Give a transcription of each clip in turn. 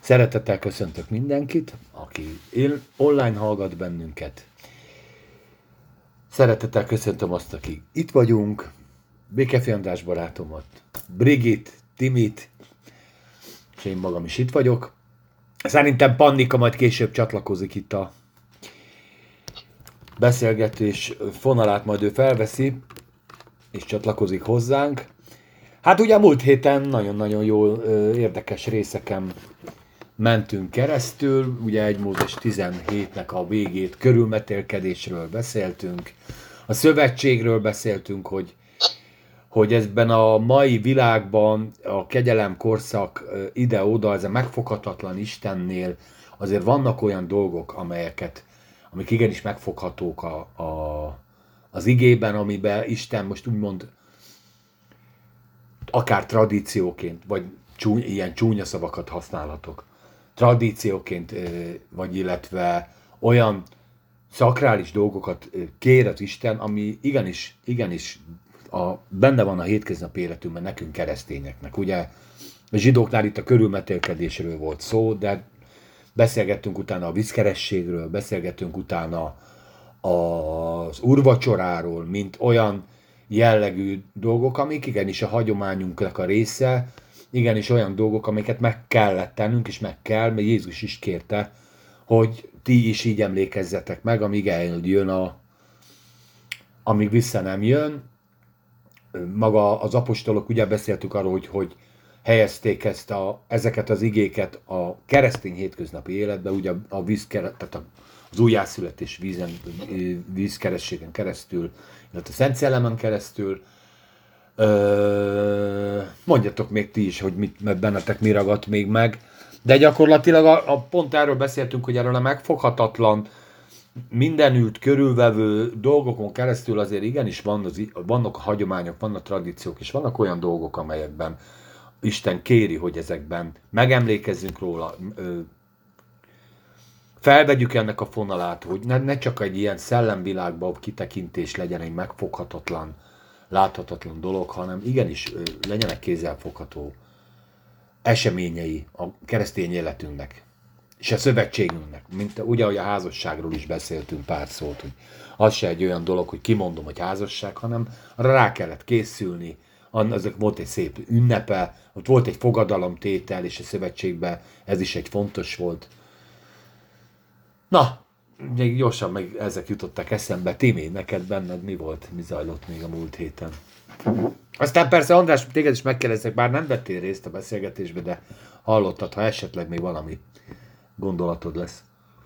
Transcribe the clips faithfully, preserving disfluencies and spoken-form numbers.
Szeretettel köszöntök mindenkit, aki online hallgat bennünket. Szeretettel köszöntöm azt, aki itt vagyunk, Békefi András barátomat, Brigit, Timit, és én magam is itt vagyok. Szerintem Pannika majd később csatlakozik itt a beszélgetés fonalát, majd ő felveszi, és csatlakozik hozzánk. Hát ugye a múlt héten nagyon-nagyon jól érdekes részeken mentünk keresztül, ugye egy Mózes tizenhétnek a végét, körülmetélkedésről beszéltünk, a szövetségről beszéltünk, hogy, hogy ezben a mai világban a kegyelem korszak ide-oda, ez a megfoghatatlan Istennél azért vannak olyan dolgok, amelyeket, amik igenis megfoghatók a, a, az igében, amiben Isten most úgymond akár tradícióként, vagy csúny, ilyen csúnya szavakat használhatok, tradícióként, vagy illetve olyan szakrális dolgokat kér az Isten, ami igenis, igenis a, benne van a hétköznapi életünkben nekünk keresztényeknek. Ugye a zsidóknál itt a körülmetélkedésről volt szó, de beszélgettünk utána a vízkerességről, beszélgettünk utána az úrvacsoráról, mint olyan jellegű dolgok, amik igenis a hagyományunknak a része, igenis olyan dolgok, amiket meg kellett tennünk, és meg kell, mert Jézus is kérte, hogy ti is így emlékezzetek meg, amíg eljön a, amíg vissza nem jön. Maga az apostolok, ugye beszéltük arról, hogy, hogy helyezték ezt a, ezeket az igéket a keresztény hétköznapi életbe, ugye a vízkeret, tehát az újjászületés vízen, vízkerességen keresztül, illetve a Szent Szellemen keresztül. Ö, mondjatok még ti is, hogy mit, bennetek mi ragadt még meg. De gyakorlatilag a, a pont erről beszéltünk, hogy erről a megfoghatatlan, mindenütt körülvevő dolgokon keresztül azért igenis van az, vannak a hagyományok, vannak tradíciók, és vannak olyan dolgok, amelyekben Isten kéri, hogy ezekben megemlékezzünk róla, ö, felvegyük ennek a fonalát, hogy ne, ne csak egy ilyen szellemvilágban kitekintés legyen, egy megfoghatatlan, láthatatlan dolog, hanem igenis legyenek kézzelfogható eseményei a keresztény életünknek, és a szövetségünknek, mint ugye, ahogy a házasságról is beszéltünk pár szót, hogy az se egy olyan dolog, hogy kimondom, hogy házasság, hanem arra rá kellett készülni, azok volt egy szép ünnepe, ott volt egy fogadalomtétel, és a szövetségben ez is egy fontos volt. Na, még gyorsan meg ezek jutottak eszembe. Timi, neked benned mi volt, mi zajlott még a múlt héten? Aztán persze, András, téged is megkérdeztek, bár nem vettél részt a beszélgetésbe, de hallottad, ha esetleg még valami gondolatod lesz.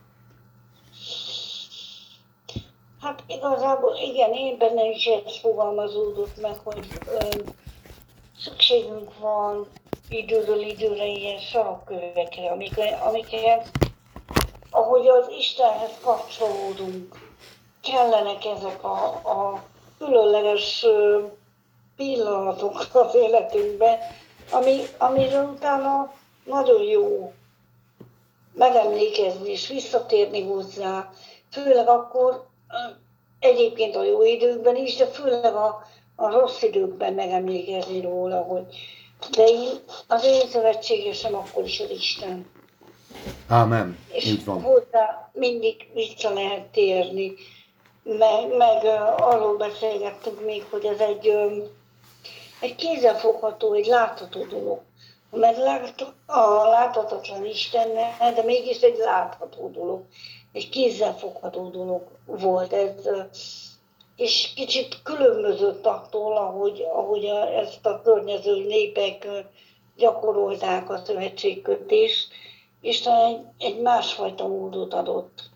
Hát igazából igen, én benne is ez fogalmazódott meg, hogy ö, szükségünk van időről időre ilyen sarokkövekre, amiket, amiket ahogy az Istenhez kapcsolódunk, kellenek ezek a, a különleges pillanatok az életünkben, ami, amiről utána nagyon jó megemlékezni és visszatérni hozzá, főleg akkor egyébként a jó időkben is, de főleg a, a rossz időkben megemlékezni róla, hogy de én, az én szövetségesem akkor is az Isten. Ámen, és így van. hozzá mindig vissza lehet térni. Meg, meg uh, arról beszélgettünk még, hogy ez egy, um, egy kézzelfogható, egy látható dolog. Mert lát, a láthatatlan Istennel, de mégis egy látható dolog. Egy kézzelfogható dolog volt ez. Uh, és kicsit különbözött attól, ahogy, ahogy a, ezt a környező népek uh, gyakorolták a szövetségkötést. Isten egy, egy másfajta módot adott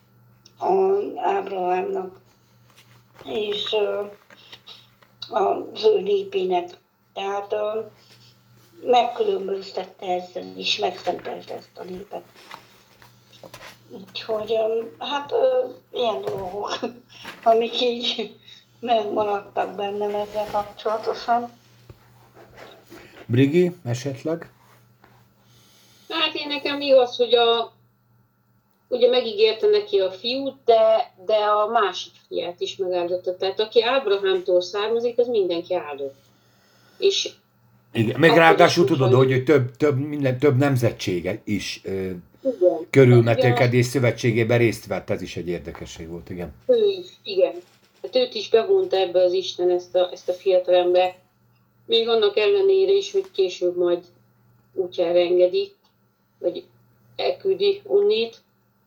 Ábrahámnak és az ő népének. Tehát megkülönböztette ezzel is, megszentelte ezt a népet. Úgyhogy hát ilyen dolgok, amik így megmaradtak bennem ezzel kapcsolatosan. Brigi, esetleg? Hát én nekem igaz, hogy a, ugye megígérte neki a fiút, de, de a másik fiát is megáldotta. Tehát aki Ábrahámtól származik, az mindenki áldott. És Igen, meg ráadásul tudod, hogy, hogy több, több, minden, több nemzetsége is ö, Igen. körülmetélkedés szövetségében részt vett, ez is egy érdekesség volt, igen. Ő is, igen. Hát őt is bevonta ebbe az Isten, ezt a, ezt a fiatalember. Még annak ellenére is, hogy később majd útjára engedi, vagy elküldi onnét.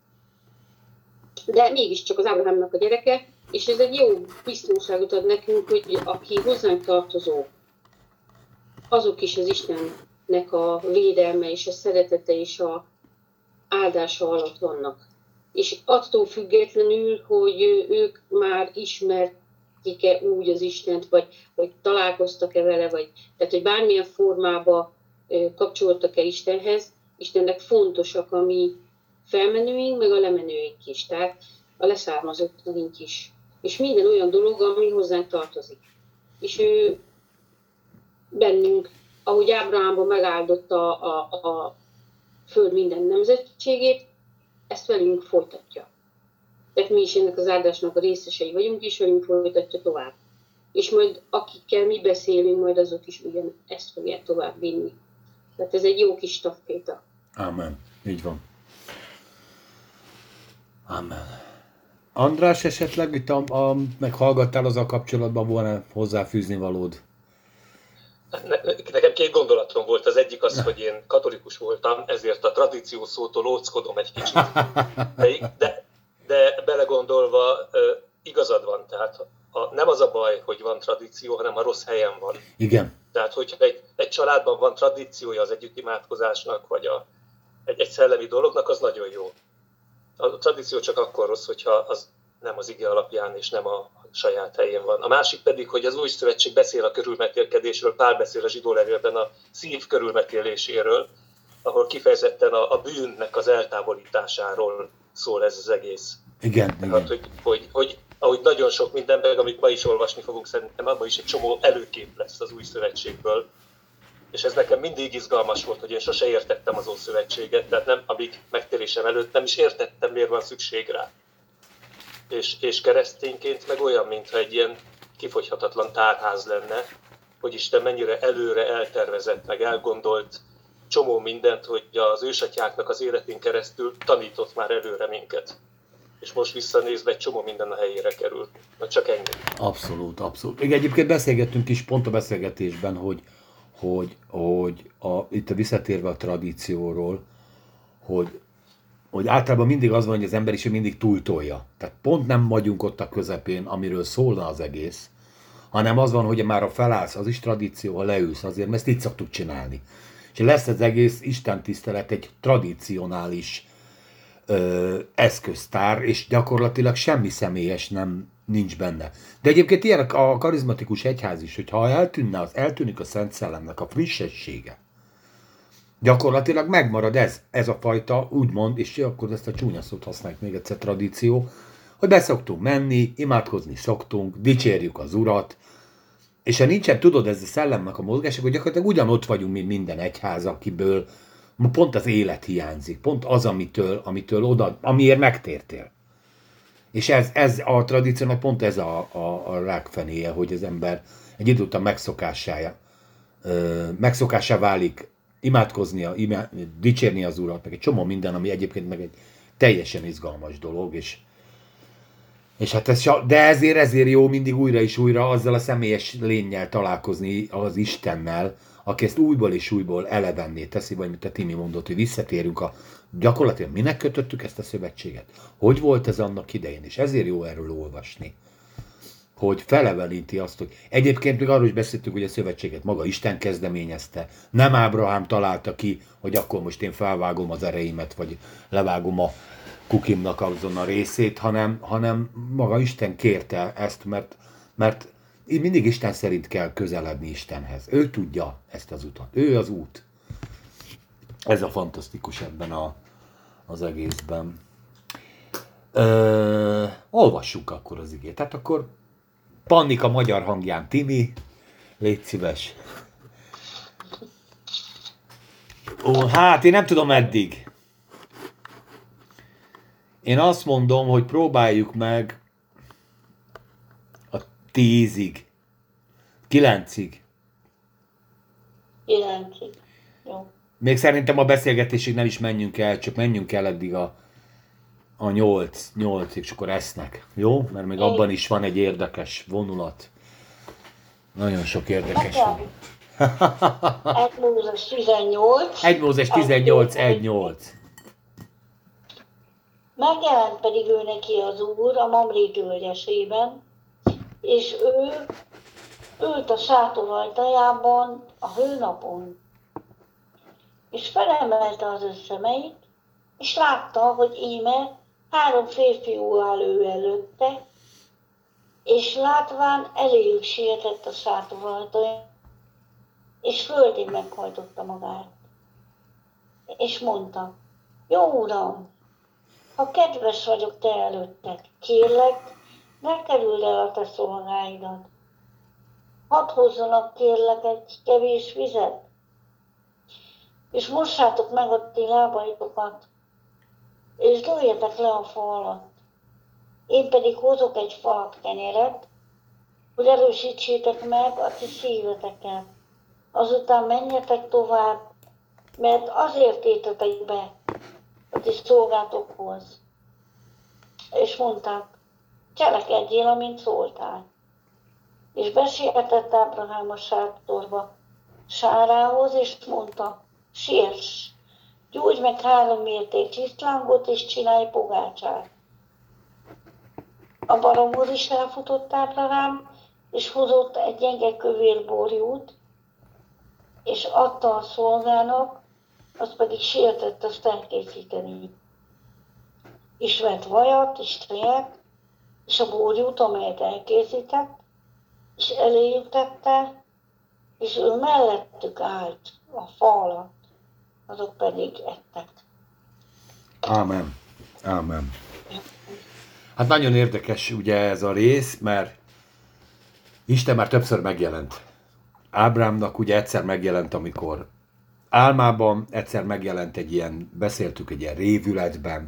De mégiscsak az Ábrahámnak a gyereke, és ez egy jó biztonságot ad nekünk, hogy aki hozzánk tartozó, azok is az Istennek a védelme és a szeretete és a áldása alatt vannak. És attól függetlenül, hogy ők már ismerték-e úgy az Istent, vagy, vagy találkoztak-e vele, vagy tehát, hogy bármilyen formában kapcsolódtak-e Istenhez, Istennek fontosak a mi felmenőink, meg a lemenőink is, tehát a leszármazottaink is. És minden olyan dolog, ami hozzánk tartozik. És ő bennünk, ahogy Ábrahámban megáldotta a, a, a föld minden nemzetségét, ezt velünk folytatja. Tehát mi is ennek az áldásnak a részesei vagyunk, és velünk folytatja tovább. És majd akikkel mi beszélünk, majd azok is ugyan ezt fogják tovább vinni. Tehát ez egy jó kis staféta. Amen. Így van. Amen. András, esetleg itt a, a, meghallgattál azzal kapcsolatban, volna hozzáfűzni valód? Nekem két gondolatom volt. Az egyik az, hogy én katolikus voltam, ezért a tradíció szótól óckodom egy kicsit. De, de, de belegondolva igazad van. Tehát a, nem az a baj, hogy van tradíció, hanem a rossz helyen van. Igen. Tehát, hogyha egy, egy családban van tradíciója az együttimádkozásnak, vagy a, egy, egy szellemi dolognak, az nagyon jó. A tradíció csak akkor rossz, hogyha az nem az ige alapján és nem a saját helyén van. A másik pedig, hogy az Új Szövetség beszél a körülmetélkedésről, Pál beszél a zsidó levélben a szív körülmetéléséről, ahol kifejezetten a, a bűnnek az eltávolításáról szól ez az egész. Igen, Tehát, igen. hogy, hogy, hogy ahogy nagyon sok mindenben, amit ma is olvasni fogunk, szerintem abban is egy csomó előkép lesz az Új Szövetségből. És ez nekem mindig izgalmas volt, hogy én sose értettem az Ószövetséget, tehát nem, amíg megtérésem előtt nem is értettem, miért van szükség rá. És, és keresztényként meg olyan, mintha egy ilyen kifogyhatatlan tárház lenne, hogy Isten mennyire előre eltervezett, meg elgondolt csomó mindent, hogy az ősatyáknak az életén keresztül tanított már előre minket. És most visszanézve egy csomó minden a helyére kerül. Na csak ennyi. Abszolút, abszolút. Igen, egyébként beszélgettünk is pont a beszélgetésben, hogy hogy, hogy a, itt a visszatérve a tradícióról, hogy, hogy általában mindig az van, hogy az emberiség mindig túltolja. Tehát pont nem vagyunk ott a közepén, amiről szólna az egész, hanem az van, hogy már ha felállsz, az is tradíció, ha leülsz azért, mert ezt így szoktuk csinálni. És lesz az egész Isten tisztelet egy tradicionális ö, eszköztár, és gyakorlatilag semmi személyes nem nincs benne. De egyébként ilyen a karizmatikus egyház is, hogy ha eltűnne, az, eltűnik a Szent Szellemnek a frissessége, gyakorlatilag megmarad ez, ez a fajta, úgymond, és akkor ezt a csúnya szót használjuk még egyszer, tradíció, hogy beszoktunk menni, imádkozni szoktunk, dicsérjük az Urat, és ha nincsen, tudod, ez a szellemnek a mozgása, hogy gyakorlatilag ugyanott vagyunk, mint minden egyház, akiből pont az élet hiányzik, pont az, amitől, amitől oda, amiért megtértél. És ez, ez a tradíciónak pont ez a, a, a rákfenéje, hogy az ember egy idő után megszokássá, megszokássá válik imádkoznia, imá, dicsérni az Urat, meg egy csomó minden, ami egyébként meg egy teljesen izgalmas dolog, és, és hát ez, de ezért, ezért jó mindig újra és újra azzal a személyes lénnyel találkozni az Istennel, aki ezt újból és újból elevenné teszi, vagy mint a Timi mondott, hogy visszatérünk a gyakorlatilag minek kötöttük ezt a szövetséget? Hogy volt ez annak idején? És ezért jó erről olvasni, hogy felevelíti azt, hogy egyébként még arról is beszéltük, hogy a szövetséget maga Isten kezdeményezte. Nem Ábrahám találta ki, hogy akkor most én felvágom az ereimet, vagy levágom a kukimnak azon a részét, hanem, hanem maga Isten kérte ezt, mert, mert mindig Isten szerint kell közeledni Istenhez. Ő tudja ezt az utat. Ő az út. Ez a fantasztikus ebben a, az egészben. Ö, olvassuk akkor az igét. Tehát akkor Pannika magyar hangján, Timi, légy szíves. Ó, hát én nem tudom eddig. Én azt mondom, hogy próbáljuk meg a tízig, kilencig. kilencig. Jó. Még szerintem a beszélgetésig nem is menjünk el, csak menjünk el eddig a, a nyolc, nyolcig, és akkor esznek. Jó? Mert még abban is van egy érdekes vonulat. Nagyon sok érdekes van. egy Mózes tizennyolc. egy Mózes tizennyolc, egy nyolc. Megjelent pedig ő neki az Úr a Mamré tölgyesében, és ő ült a sátor ajtajában a hőnapon, és felemelte az ő szemeit, és látta, hogy íme három férfiú áll ő előtte, és látván eléjük sietett a sátor ajtaján, és földén meghajtotta magát. És mondta, jó Uram, ha kedves vagyok te előtted, kérlek, ne kerüld el a te szolgáidat. Hadd hozzanak kérlek egy kevés vizet, és mossátok meg a ti lábaitokat, és dőljetek le a fa alatt. Én pedig hozok egy falat kenyeret, hogy erősítsétek meg a ti szíveteket. Azután menjetek tovább, mert azért értetek be a ti szolgátokhoz. És mondták, cselekedjél, amint szóltál. És besietett Ábrahám a sátorba Sárához, és mondta, siess, gyújts meg három mérték csisztlángot, és csinálj pogácsát. A baromhoz is elfutott Ábrahám, és hozott egy gyenge kövér borjút, és adta a szolgának, az pedig sietett azt elkészíteni. És vett vajat, és tejet, és a borjút, amelyet elkészített, és eléjük tette, és ő mellettük állt a fa alatt, azok pedig ettek. Ámen. Ámen. Hát nagyon érdekes ugye ez a rész, mert Isten már többször megjelent. Ábrámnak ugye egyszer megjelent, amikor álmában, egyszer megjelent egy ilyen, beszéltük egy ilyen révületben,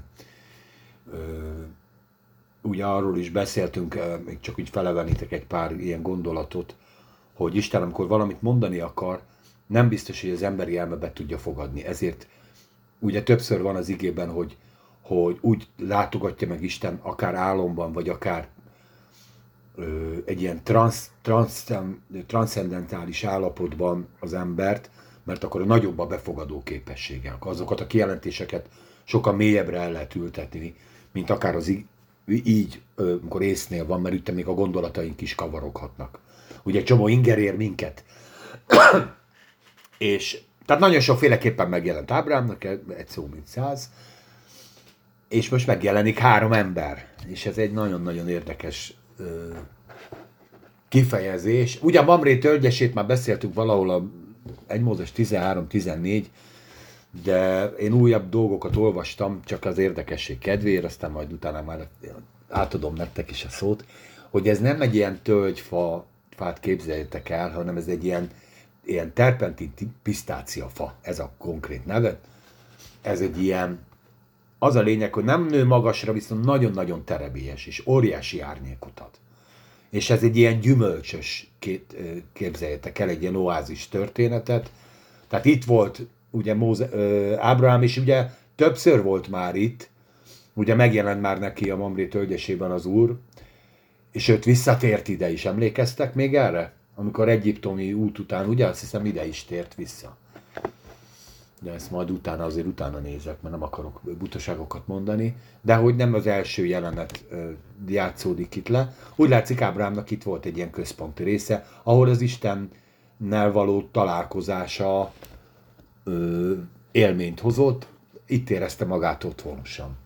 ugye arról is beszéltünk, még csak úgy felevenítek egy pár ilyen gondolatot, hogy Isten, amikor valamit mondani akar, nem biztos, hogy az emberi elme be tudja fogadni. Ezért ugye többször van az igében, hogy, hogy úgy látogatja meg Isten, akár álomban, vagy akár ö, egy ilyen transz, transz, transzcendentális állapotban az embert, mert akkor a nagyobb a befogadó képessége. Azokat a kijelentéseket sokkal mélyebbre el lehet ültetni, mint akár az így, amikor észnél van, mert itt még a gondolataink is kavaroghatnak. Ugye egy csomó inger ér minket. És tehát nagyon sokféleképpen megjelent Ábrámnak, egy szó mint száz, és most megjelenik három ember. És ez egy nagyon-nagyon érdekes ö, kifejezés. Ugye a Mamré tölgyesét már beszéltük valahol a egy Mózes tizenhárom tizennégy, de én újabb dolgokat olvastam, csak az érdekesség kedvéért, aztán majd utána már átadom nektek is a szót, hogy ez nem egy ilyen tölgyfa, fát képzeljétek el, hanem ez egy ilyen, ilyen terpentin pisztáciafa, ez a konkrét neve. Ez egy ilyen, az a lényeg, hogy nem nő magasra, viszont nagyon-nagyon terebélyes, és óriási árnyékot ad. És ez egy ilyen gyümölcsös, két, képzeljétek el, egy ilyen oázis történetet. Tehát itt volt ugye Móze, Ábrahám, és ugye többször volt már itt, ugye megjelent már neki a Mamré tölgyesében az Úr, és őt visszatért ide is, emlékeztek még erre? Amikor egyiptomi út után, ugye azt hiszem ide is tért vissza. De ezt majd utána, azért utána nézek, mert nem akarok butaságokat mondani, de hogy nem az első jelenet játszódik itt le. Úgy látszik, Ábrahámnak itt volt egy ilyen központi része, ahol az Istennel való találkozása ö, élményt hozott, itt érezte magát otthonosan.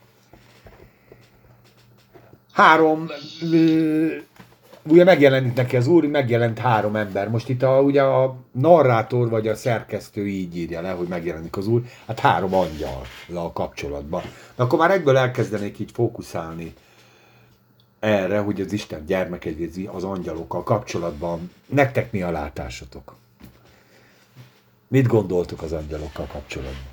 Három, ö, ugye megjelenik neki az Úr, megjelent három ember. Most itt a, ugye a narrátor vagy a szerkesztő így írja le, hogy megjelenik az Úr, hát három angyal a kapcsolatban. De akkor már egyből elkezdenék így fókuszálni erre, hogy az Isten gyermekei az angyalokkal kapcsolatban. Nektek mi a látásotok? Mit gondoltuk az angyalokkal kapcsolatban?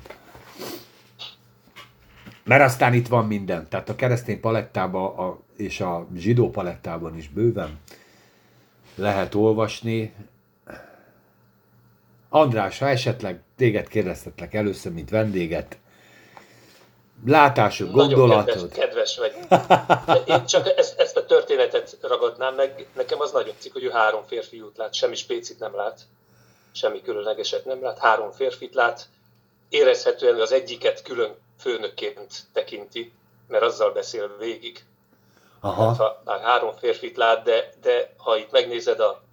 Mert aztán itt van minden. Tehát a keresztény palettában a, és a zsidó palettában is bőven lehet olvasni. András, ha esetleg téged kérdeztetlek először, mint vendéget, látásod, gondolatod. Nagyon kedves, kedves vagy. De én csak ezt, ezt a történetet ragadnám meg. Nekem az nagyon cikk, hogy ő három férfiút lát, semmi spécit nem lát, semmi különlegeset nem lát, három férfit lát. Érezhetően az egyiket külön főnökként tekinti, mert azzal beszél végig. Aha. Hát, ha bár három férfit lát, de, de ha itt megnézed a,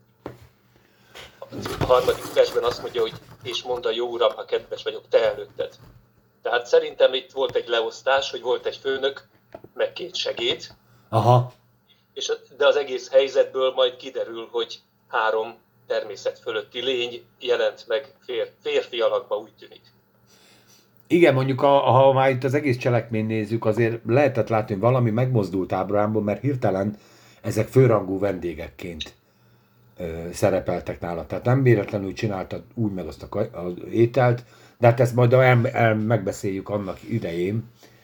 a harmadik versben azt mondja, hogy és mondta, jó uram, ha kedves vagyok, te előtted. Tehát szerintem itt volt egy leosztás, hogy volt egy főnök, meg két segéd, Aha. és, de az egész helyzetből majd kiderül, hogy három természet fölötti lény jelent meg fér, férfi alakba, úgy tűnik. Igen, mondjuk, a, ha már itt az egész cselekményt nézzük, azért lehetett látni, hogy valami megmozdult Ábrahámból, mert hirtelen ezek főrangú vendégekként ö, szerepeltek nála. Tehát nem véletlenül csinálta úgy meg azt a, az ételt, de hát ezt majd el, el, megbeszéljük annak idején.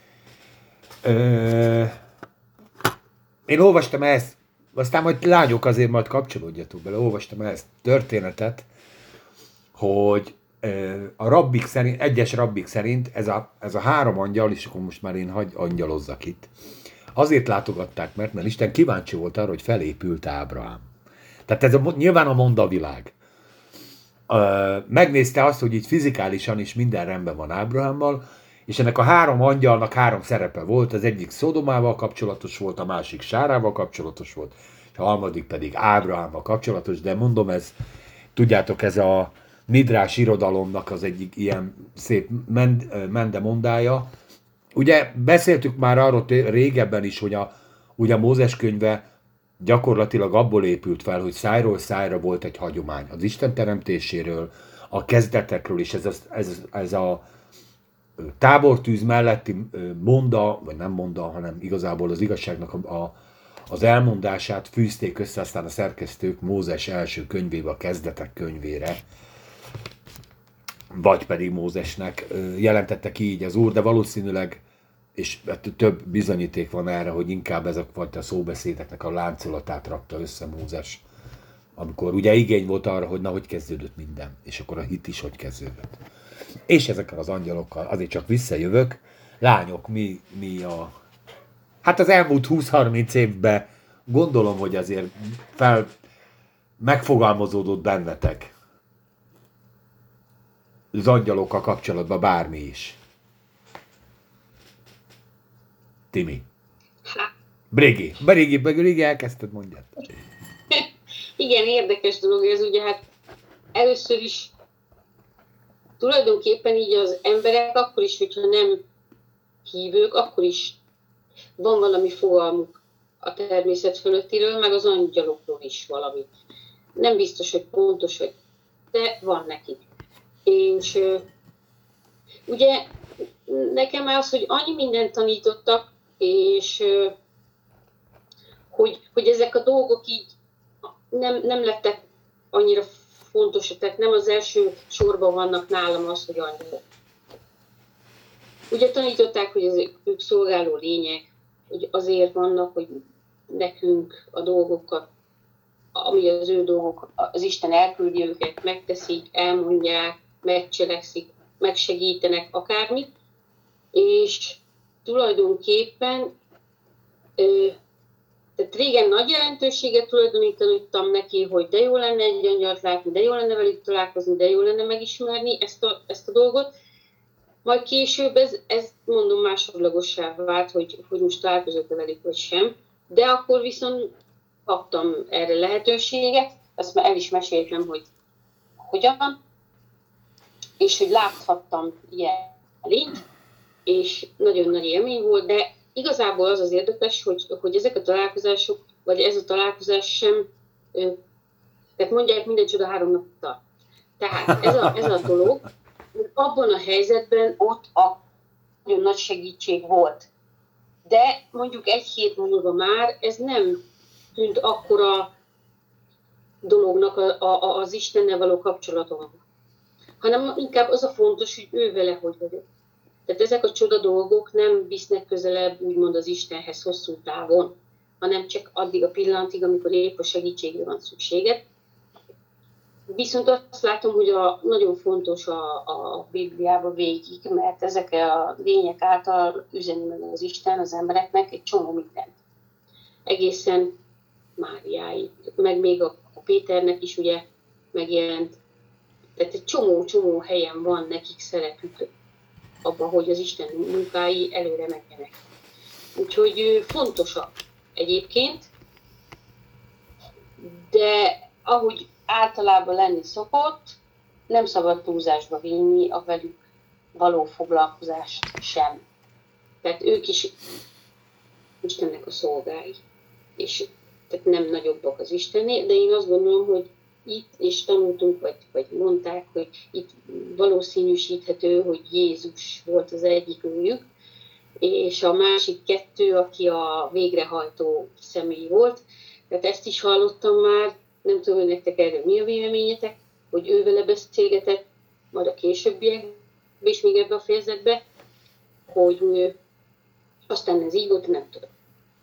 Ö, én olvastam ezt, aztán majd lányok azért majd kapcsolódjatok bele, olvastam ezt történetet, hogy a rabbik szerint, egyes rabbik szerint ez a, ez a három angyal, és akkor most már én hagy angyalozzak itt, azért látogatták, mert, mert Isten kíváncsi volt arra, hogy felépült Ábrahám. Tehát ez a, nyilván a mondavilág. Megnézte azt, hogy így fizikálisan is minden rendben van Ábrahámmal, és ennek a három angyalnak három szerepe volt, az egyik Szodomával kapcsolatos volt, a másik Sárával kapcsolatos volt, és a harmadik pedig Ábrahámmal kapcsolatos, de mondom, ez, tudjátok, ez a Midrás irodalomnak az egyik ilyen szép mendemondája. Ugye beszéltük már arról régebben is, hogy a, ugye a Mózes könyve gyakorlatilag abból épült fel, hogy szájról szájra volt egy hagyomány. Az Isten teremtéséről, a kezdetekről is, ez a, ez, ez a tábortűz melletti monda, vagy nem monda, hanem igazából az igazságnak a, a, az elmondását fűzték össze aztán a szerkesztők Mózes első könyvébe, a kezdetek könyvére, vagy pedig Mózesnek jelentette ki így az Úr, de valószínűleg, és több bizonyíték van erre, hogy inkább ezek fajta szóbeszédeknek a láncolatát rakta össze Mózes, amikor ugye igény volt arra, hogy na, hogy kezdődött minden, és akkor a hit is hogy kezdődött. És ezekkel az angyalokkal, azért csak visszajövök, lányok, mi, mi a... Hát az elmúlt húsz-harminc évben gondolom, hogy azért fel megfogalmazódott bennetek az angyalokkal kapcsolatban bármi is. Timi. Brigi. Brigi, Brigi, elkezdted, mondjad. Igen, érdekes dolog ez, ugye hát először is tulajdonképpen így az emberek akkor is, hogyha nem hívők, akkor is van valami fogalmuk a természet fölöttiről, meg az angyalokról is valami. Nem biztos, hogy pontos, hogy de van nekik. És ugye nekem az, hogy annyi mindent tanítottak, és hogy, hogy ezek a dolgok így nem, nem lettek annyira fontosak, tehát nem az első sorban vannak nálam az, hogy annyira. Ugye tanították, hogy ezek, ők szolgáló lények, hogy azért vannak, hogy nekünk a dolgokat, ami az ő dolgok, az Isten elküldi őket, megteszik, elmondják, megcselekszik, megsegítenek akármit, és tulajdonképpen ö, tehát régen nagy jelentőséget tulajdonítottam neki, hogy de jó lenne egy angyalt látni, de jó lenne velük találkozni, de jó lenne megismerni ezt a, ezt a dolgot. Majd később ez, ez mondom másodlagossá vált, hogy, hogy most találkozott velük vagy sem, de akkor viszont kaptam erre lehetőséget, azt már el is meséltem, hogy hogyan, és hogy láthattam ilyen lényt, és nagyon nagy élmény volt, de igazából az az érdekes, hogy, hogy ezek a találkozások, vagy ez a találkozás sem, tehát mondják, minden csoda három napot tart. Tehát ez a, ez a dolog, abban a helyzetben ott a nagyon nagy segítség volt. De mondjuk egy hét múlva már ez nem tűnt akkora dolognak a, a, az Istennel való kapcsolatom, hanem inkább az a fontos, hogy ő vele hogy vagyok. Tehát ezek a csoda dolgok nem visznek közelebb, úgymond az Istenhez hosszú távon, hanem csak addig a pillanatig, amikor épp a segítségre van szükséged. Viszont azt látom, hogy a, nagyon fontos a, a Bibliában végig, mert ezek a lények által üzeni meg az Isten az embereknek egy csomó mindent. Egészen Máriáig, meg még a, a Péternek is ugye megjelent. Tehát egy csomó-csomó helyen van nekik szerepük abban, hogy az Isten munkái előre menjenek. Úgyhogy fontosak egyébként, de ahogy általában lenni szokott, nem szabad túlzásba vinni a velük való foglalkozást sem. Tehát ők is Istennek a szolgái. És tehát nem nagyobbak az Istennél, de én azt gondolom, hogy itt is tanultunk, vagy, vagy mondták, hogy itt valószínűsíthető, hogy Jézus volt az egyik őjük, és a másik kettő, aki a végrehajtó személy volt. Tehát ezt is hallottam már, nem tudom, hogy nektek erről mi a véleményetek, hogy ő vele beszélgetett, majd a későbbiekben, és még ebbe a fejezetbe, hogy aztán ez így volt, nem tudom.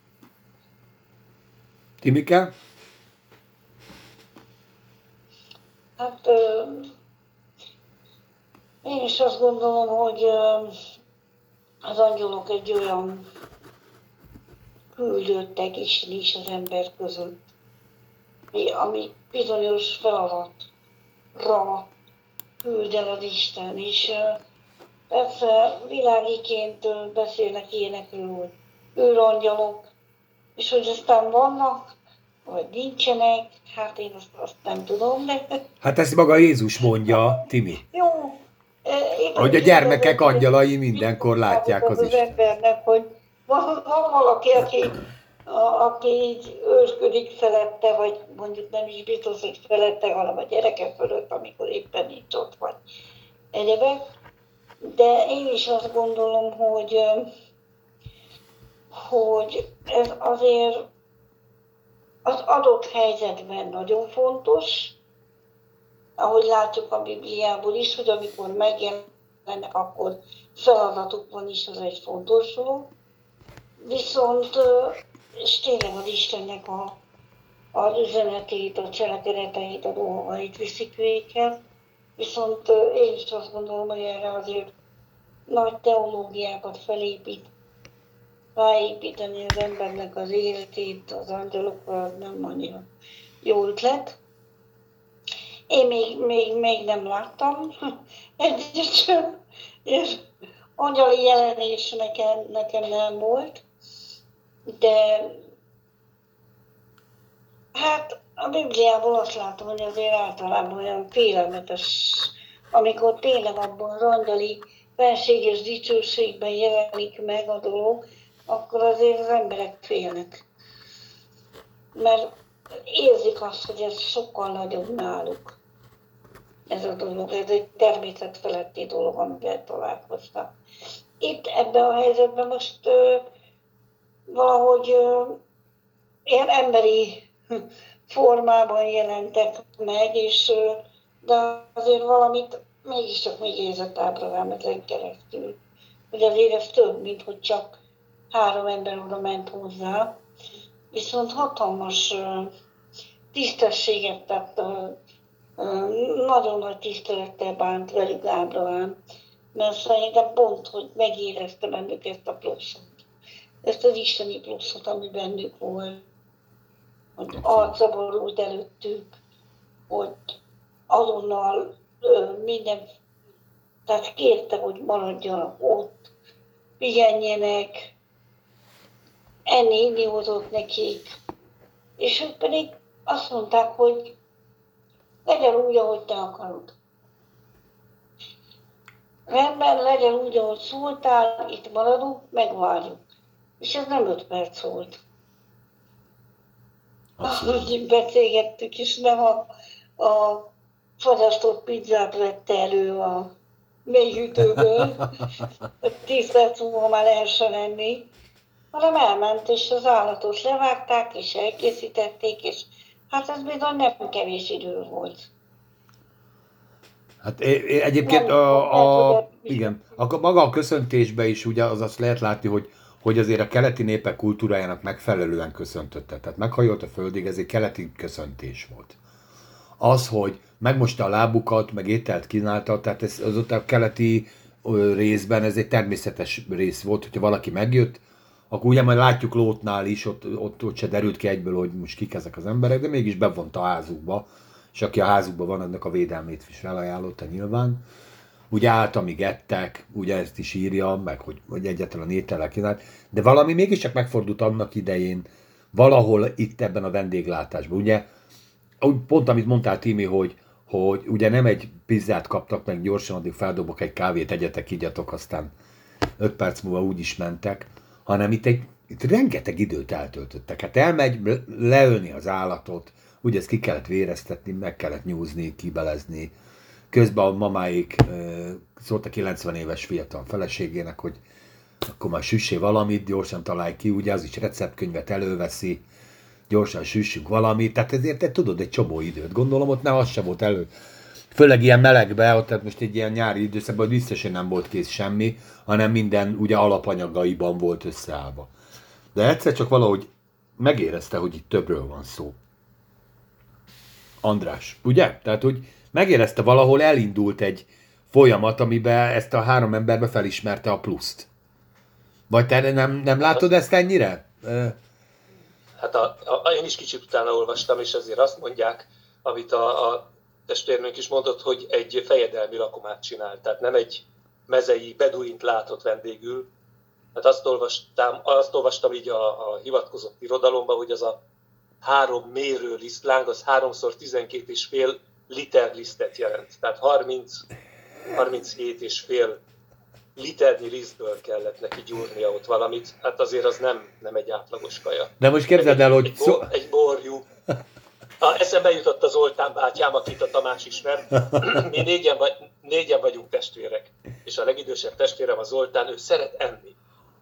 Timike? Hát ö, én is azt gondolom, hogy ö, az angyalok egy olyan küldöttek Isten is az ember között, ami bizonyos feladatra küld el az Isten. És ö, persze világiként ö, beszélnek ilyenekről, hogy őrangyalok, és hogy aztán vannak, vagy nincsenek, hát én azt, azt nem tudom, de... Hát ezt maga Jézus mondja, Timi. Jó. Én hogy a gyermekek angyalai mindenkor látják az, az Isten. embernek, hogy van, van valaki, aki, a, aki így őrködik felette, vagy mondjuk nem is biztos, hogy felette, hanem a gyereke fölött, amikor éppen nincs ott, vagy egyebek. De én is azt gondolom, hogy, hogy ez azért az adott helyzetben nagyon fontos, ahogy látjuk a Bibliából is, hogy amikor megjelennek, akkor feladatuk van is, az egy fontos dolog. Viszont, és tényleg az Istennek a, az üzenetét, a cselekedeteit, a dolgait viszik véghez. Viszont én is azt gondolom, hogy erre azért nagy teológiákat felépít, ráépíteni az embernek az életét, az angyalokra, az nem annyira jó ötlet. Én még, még, még nem láttam egyet sem, és angyali jelenés nekem, nekem nem volt, de hát a Bibliából azt látom, hogy azért általában olyan félelmetes, amikor tényleg abban az angyali felséges dicsőségben jelenik meg a dolog, akkor azért az emberek félnek. Mert érzik azt, hogy ez sokkal nagyobb náluk. Ez a dolog, ez egy természetfeletti dolog, amivel találkoztak. Itt ebben a helyzetben most ö, valahogy ö, ilyen emberi formában jelentek meg, és, ö, de azért valamit mégiscsak még érzett Ábrahám ezen keresztül. Hogy azért ez több, mint hogy csak három ember oda ment hozzá, viszont hatalmas ö, tisztességet tett, ö, nagyon nagy tisztelettel bánt velük Ábrahám, mert szerintem pont, hogy megérezte bennük ezt a pluszot, ezt az isteni pluszot, ami bennük volt, hogy arca borult előttük, hogy azonnal minden, tehát kérte, hogy maradjanak ott, pihenjenek, enni, inni hozott nekik, és ők pedig azt mondták, hogy legyen úgy, ahogy te akarod. Rendben, legyen úgy, ahogy szóltál, itt maradunk, megvárjuk. És ez nem öt perc volt. Azt beszélgettük, és nem a, a fagyasztott pizzát vette elő a mélyhűtőből, hogy tíz perc múlva már lehessen enni, hanem elment, és az állatot levágták, és elkészítették, és hát ez bizony nem kevés idő volt. Hát egyébként a, a, igen, a, maga a köszöntésben is ugye az azt lehet látni, hogy, hogy azért a keleti népek kultúrájának megfelelően köszöntötte. Tehát meghajolt a földig, ez egy keleti köszöntés volt. az, hogy megmosta a lábukat, meg ételt kínálta, tehát ez, az ott a keleti ö, részben ez egy természetes rész volt, hogyha valaki megjött, akkor ugye majd látjuk Lótnál is, ott, ott, ott se derült ki egyből, hogy most kik ezek az emberek, de mégis bevonta a házukba, és aki a házukban van, annak a védelmét is felajánlotta nyilván. Ugye állt, amíg ettek, ugye ezt is írja, meg hogy, hogy egyáltalán étellel kínált, de valami mégiscsak megfordult annak idején, valahol itt ebben a vendéglátásban. Ugye, pont amit mondtál, Timi, hogy, hogy ugye nem egy pizzát kaptak meg gyorsan, addig feldobok egy kávét, egyetek, igyatok, aztán öt perc múlva úgy is mentek, hanem itt, egy, itt rengeteg időt eltöltöttek. Hát elmegy leölni az állatot, ugye ezt ki kellett véreztetni, meg kellett nyúzni, kibelezni. Közben a mamáik szólt a kilencven éves fiatal feleségének, hogy akkor már süssé valamit, gyorsan találj ki, ugye az is receptkönyvet előveszi, gyorsan süssünk valamit, tehát ezért te tudod egy csomó időt. Gondolom, ott nem az sem volt elő. Főleg ilyen melegbe, ott tehát most egy ilyen nyári időszakban biztosan nem volt kész semmi, hanem minden ugye alapanyagaiban volt összeállva. De egyszer csak valahogy megérezte, hogy itt többről van szó. András, ugye? Tehát, hogy megérezte, valahol elindult egy folyamat, amiben ezt a három emberbe felismerte a pluszt. Vagy te nem, nem látod ezt ennyire? Hát a, a, én is kicsit utána olvastam, és azért azt mondják, amit a, a testvérnőnk is mondott, hogy egy fejedelmi lakomát csinált, tehát nem egy mezei beduint látott vendégül. Hát azt olvastam, azt olvastam így a, a hivatkozott irodalomban, hogy az a három mérő lisztláng, az háromszor tizenkét és fél liter lisztet jelent. Tehát harminc, harminchét és fél liternyi lisztből kellett neki gyúrnia ott valamit. Hát azért az nem, nem egy átlagos kaja. De most képzeld el, hogy... Egy, szó... egy borjú. Ha eszembe jutott az Zoltán bátyám, akit a Tamás ismer. Mi négyen, vagy, négyen vagyunk testvérek. És a legidősebb testvérem a Zoltán, ő szeret enni.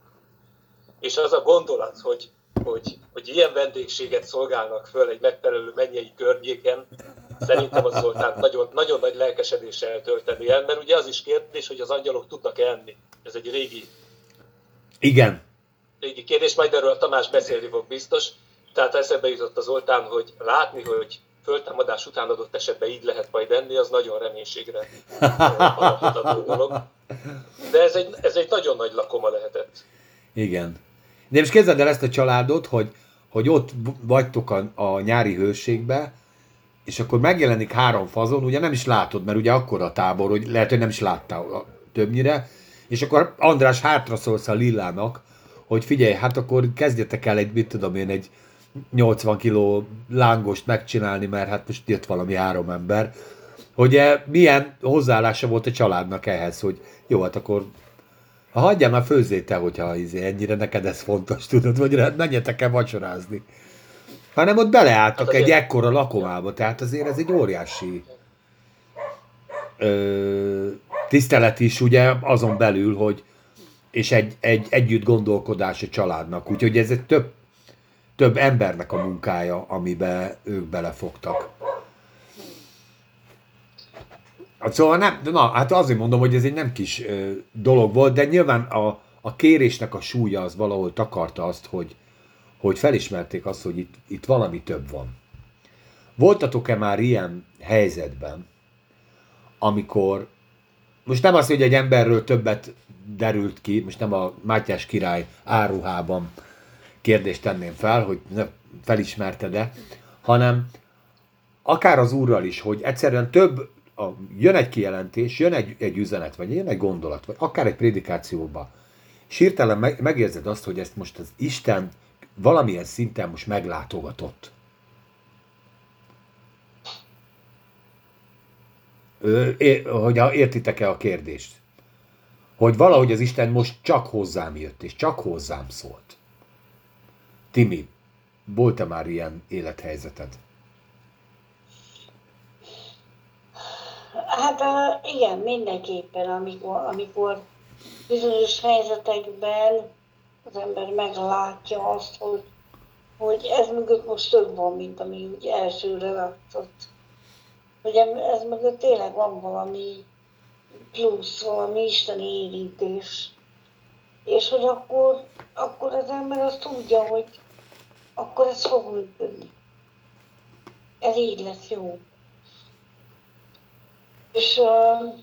És az a gondolat, hogy, hogy, hogy ilyen vendégséget szolgálnak föl egy megfelelő mennyei környéken, szerintem az Zoltán nagyon, nagyon nagy lelkesedéssel eltölteni el, mert ugye az is kérdés, hogy az angyalok tudnak enni. Ez egy régi, Igen. régi kérdés, majd erről a Tamás beszélni fog biztos. Tehát eszembe jutott az Zoltán, hogy látni, hogy föltámadás után adott esetben így lehet majd enni, az nagyon reménységre alapot adó dolog. De ez egy, ez egy nagyon nagy lakoma lehetett. Igen. De most képzeld el ezt a családot, hogy, hogy ott vagytok a, a nyári hőségbe, és akkor megjelenik három fazon, ugye nem is látod, mert ugye akkora a tábor, hogy lehet, hogy nem is láttál többnyire, és akkor András hátra szólsz a Lillának, hogy figyelj, hát akkor kezdjetek el egy, mit tudom én, egy nyolcvan kiló lángost megcsinálni, mert hát most jött valami három ember. Hogy milyen hozzáállása volt a családnak ehhez, hogy jó, hát akkor ha hagyjál már főzzél te, hogyha ennyire neked ez fontos, tudod, vagy hát menjetek el vacsorázni. Hanem ott beleálltak hát egy ekkora lakomába, tehát azért ez egy óriási ö, tisztelet is ugye azon belül, hogy és egy, egy együtt gondolkodás a családnak, úgyhogy ez egy több, több embernek a munkája, amiben ők belefogtak. Hát szóval nem, na, hát azért mondom, hogy ez egy nem kis ö, dolog volt, de nyilván a, a kérésnek a súlya az valahol takarta azt, hogy, hogy felismerték azt, hogy itt, itt valami több van. Voltatok-e már ilyen helyzetben, amikor, most nem az, hogy egy emberről többet derült ki, most nem a Mátyás király áruhában kérdést tenném fel, hogy felismerted-e, hanem akár az úrral is, hogy egyszerűen több, a, jön egy kijelentés, jön egy, egy üzenet, vagy jön egy gondolat, vagy akár egy prédikációba, és hirtelen meg, megérzed azt, hogy ezt most az Isten valamilyen szinten most meglátogatott. É, hogy értitek-e a kérdést? Hogy valahogy az Isten most csak hozzám jött, és csak hozzám szólt. Timi, volt-e már ilyen élethelyzeted? Hát igen, mindenképpen, amikor, amikor bizonyos helyzetekben az ember meglátja azt, hogy, hogy ez mögött most több van, mint ami úgy elsőre látszott. Hogy ez mögött tényleg van valami plusz, valami isteni érintés. És hogy akkor, akkor az ember azt tudja, hogy akkor ez fog működni. Ez így lesz jó. És uh,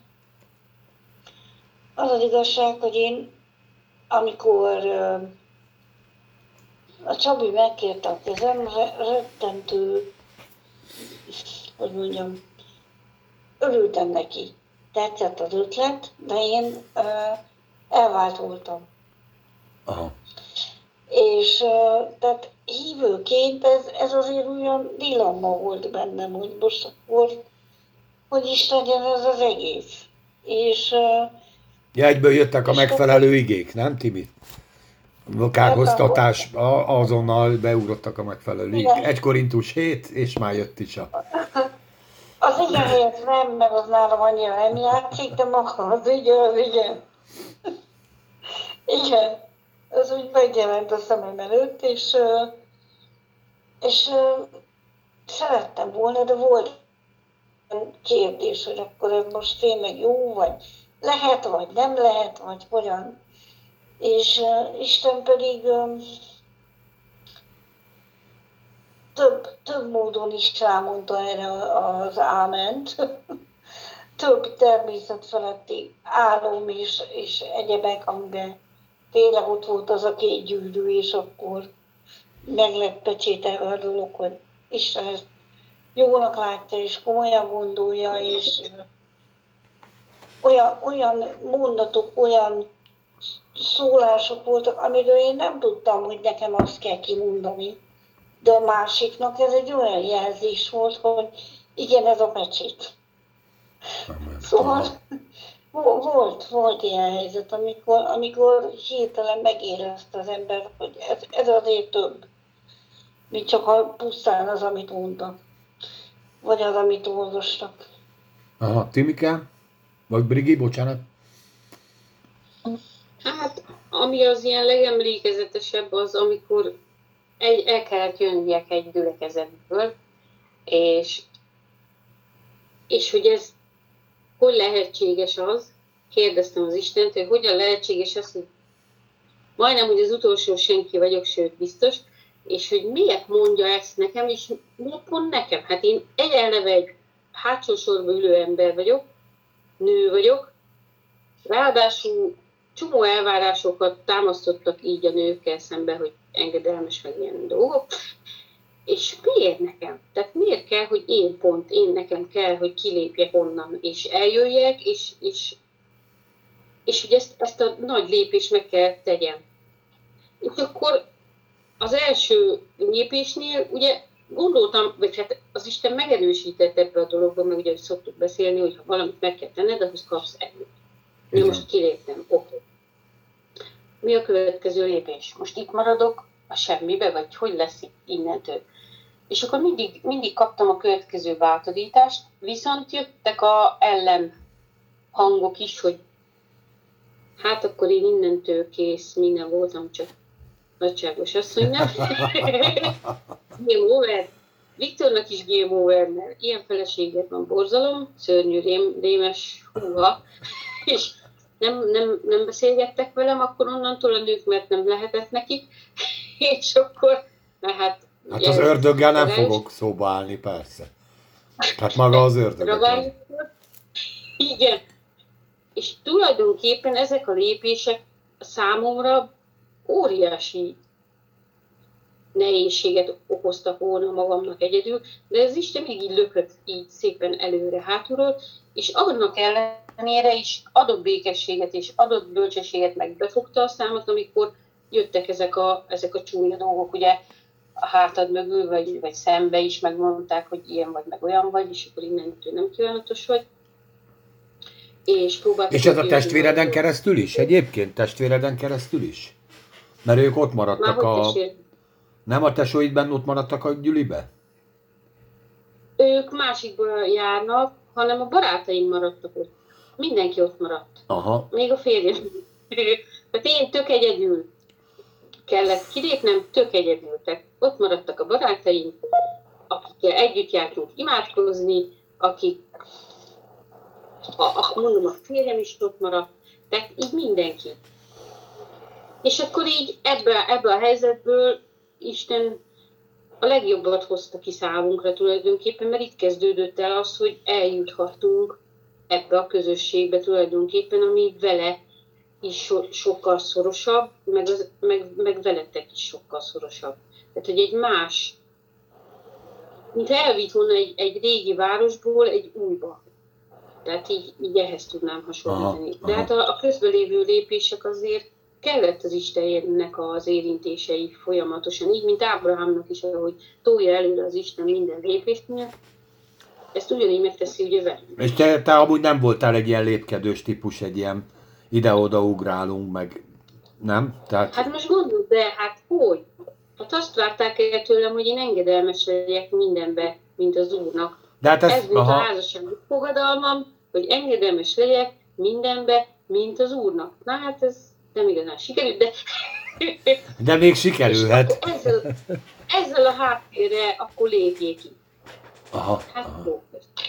az az igazság, hogy én, amikor uh, a Csabi megkérte a kezem, rettentő, hogy mondjam, örültem neki. Tetszett az ötlet, de én uh, elvált voltam. Aha. És uh, tehát hívőként ez, ez azért olyan dilemma volt bennem, hogy most akkor hogy is legyen ez az egész. És, uh, Ja, egyből jöttek a és megfelelő igék, nem Tibi? A kárhoztatás, a- azonnal beugrottak a megfelelő igék. Igen. Egy Korintus hét, és már jött is a... Az igen helyett nem, mert az nálam annyira nem játszik, de maga az igen, az igen. Igen, az úgy megjelent a szemem előtt, és, ö, és ö, szerettem volna, de volt kérdés, hogy akkor ez most tényleg jó, vagy lehet, vagy nem lehet, vagy hogyan. És uh, Isten pedig um, több, több módon is rámondta erre az áment. Több természetfeletti álom és, és egyebek, amiben tényleg ott volt az a két gyűrű, és akkor meg lett pecsételve a dolog, hogy Isten ezt jónak látja, és komolyan gondolja, és uh, olyan, olyan mondatok, olyan szólások voltak, amiről én nem tudtam, hogy nekem azt kell kimondani. De a másiknak ez egy olyan jelzés volt, hogy igen, ez a pecsét. Amen. Szóval volt, volt ilyen helyzet, amikor, amikor hirtelen megérezte az ember, hogy ez, ez azért több, mint csak a pusztán az, amit mondtak. Vagy az, amit olvastak. Aha, Timike? Vagy Brigi, bocsánat? Hát, ami az ilyen legemlékezetesebb az, amikor egy, el kellett jönniek egy gyülekezetből, és, és hogy ez hogy lehetséges az, kérdeztem az Istent, hogy hogyan lehetséges az, hogy majdnem, hogy az utolsó senki vagyok, sőt biztos, és hogy miért mondja ezt nekem, és miért pont nekem? Hát én egy eleve egy hátsó sorba ülő ember vagyok, nő vagyok, ráadásul csomó elvárásokat támasztottak így a nőkkel szemben, hogy engedelmes meg ilyen dolgok. És miért nekem? Tehát miért kell, hogy én pont, én nekem kell, hogy kilépjek onnan, és eljöjjek, és, és, és hogy ezt, ezt a nagy lépést meg kell tegyem. És akkor az első lépésnél ugye gondoltam, vagy hát az Isten megerősített ebbe a dologban, meg ugye szoktuk beszélni, hogy ha valamit meg kell tenned, ahhoz kapsz erőt. Én most kiléptem, oké. Okay. Mi a következő lépés? Most itt maradok a semmibe, vagy hogy lesz itt innentől? És akkor mindig, mindig kaptam a következő bátorítást, viszont jöttek a ellen hangok is, hogy hát akkor én innentől kész, minden voltam, csak nagyságos asszony, nem? Game over. Viktornak is game over, mert ilyen feleséget van, borzalom, szörnyű, rém, rémes, húha. És nem, nem, nem beszélgettek velem akkor onnantól a nők, mert nem lehetett nekik. És akkor, mert hát... Hát az ördöggel nem fogok szóba állni, persze. Hát maga az ördög. Igen. És tulajdonképpen ezek a lépések számomra óriási nehézséget okoztak volna magamnak egyedül, de ez Isten még így lökött így szépen előre hátulról, és annak ellenére is adott békességet és adott bölcsességet, meg befogta a számat, amikor jöttek ezek a, ezek a csúnya dolgok, ugye a hátad mögül, vagy, vagy szembe is megmondták, hogy ilyen vagy, meg olyan vagy, és akkor innentől nem kívánatos vagy. És, és ez a testvéreden keresztül is? Egyébként testvéreden keresztül is? Mert ők ott maradtak a... Tessér? Nem a tesóidben ott maradtak a gyülibe? Ők másikból járnak, hanem a barátaim maradtak ott. Mindenki ott maradt. Aha. Még a férjem. Tehát én tök egyedül kellett kilépnem, tök egyedül. Tehát ott maradtak a barátaim, akikkel együtt jártunk imádkozni, akik, a, a, mondom, a férjem is ott maradt, tehát így mindenki. És akkor így ebbe, ebbe a helyzetből Isten a legjobbat hozta ki számunkra tulajdonképpen, mert itt kezdődött el az, hogy eljuthattunk ebbe a közösségbe tulajdonképpen, ami vele is so, sokkal szorosabb, meg, az, meg, meg veletek is sokkal szorosabb. Tehát, hogy egy más, mint elvitt volna egy, egy régi városból egy újba. Tehát így, így ehhez tudnám hasonlítani. Aha, De aha. hát a, a közben lévő lépések azért kellett az Istennek az érintései folyamatosan, így, mint Ábrahámnak is, ahogy tolja előre az Isten minden lépést miatt. Ezt ugyanígy megteszi ugye velünk. És te, te amúgy nem voltál egy ilyen lépkedős típus, egy ilyen ide-oda ugrálunk, meg nem? Tehát... Hát most gondold, de hát hogy? Hát azt várták el tőlem, hogy én engedelmes legyek mindenbe, mint az Úrnak. De hát ez, ez volt aha. a házassági fogadalmam, hogy engedelmes legyek mindenbe, mint az Úrnak. Na hát ez nem igazán sikerült, de... De még sikerülhet. Ezzel, ezzel a háttérre akkor lépjék ki. Aha, hát aha.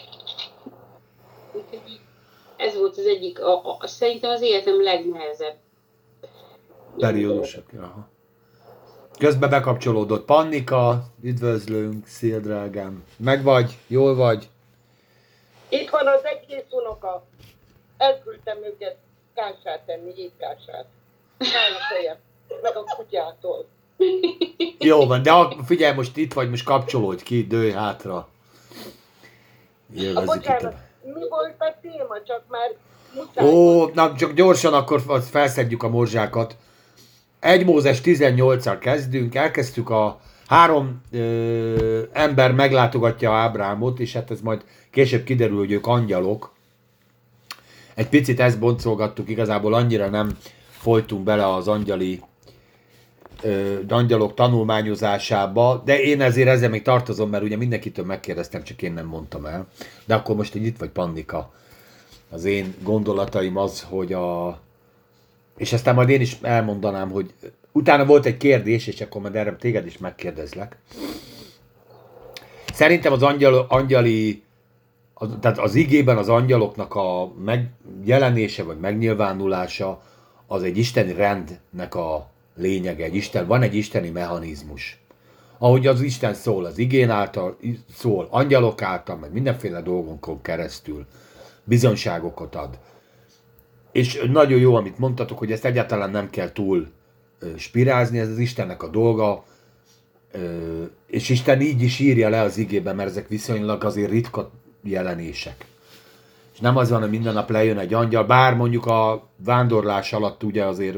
Ez volt az egyik, a, a, szerintem az életem legnehezebb periódusok. Aha. Közben bekapcsolódott Pannika, üdvözlünk, szia drágám. Meg vagy? Jól vagy? Itt van az egész unoka. Elküldtem őket kását tenni, étkását. Hány meg a kutyától. Jó van, de figyelj, most itt vagy, most kapcsolódj ki, dőj hátra. A bocsánat, mi volt a téma? Csak már muszáj. Ó, na csak gyorsan akkor felszedjük a morzsákat. egy Mózes tizennyolccal kezdünk, elkezdtük a három ö, ember meglátogatja Ábrámot, és hát ez majd később kiderül, hogy ők angyalok. Egy picit ezt boncolgattuk, igazából annyira nem folytunk bele az angyali ö, angyalok tanulmányozásába, de én ezért ezzel még tartozom, mert ugye mindenkitől megkérdeztem, csak én nem mondtam el. De akkor most, hogy itt vagy Pannika, az én gondolataim az, hogy a... És aztán majd én is elmondanám, hogy utána volt egy kérdés, és akkor majd erre téged is megkérdezlek. Szerintem az angyal, angyali, az, tehát az igében az angyaloknak a megjelenése, vagy megnyilvánulása, az egy isteni rendnek a lényege. Egy Isten, van egy isteni mechanizmus. Ahogy az Isten szól az igén által, szól angyalok által, meg mindenféle dolgonkon keresztül bizonyságokat ad. És nagyon jó, amit mondtatok, hogy ezt egyáltalán nem kell túl ö, spirázni, ez az Istennek a dolga, ö, és Isten így is írja le az igében, mert ezek viszonylag azért ritka jelenések. És nem az van, hogy minden nap lejön egy angyal, bár mondjuk a vándorlás alatt ugye azért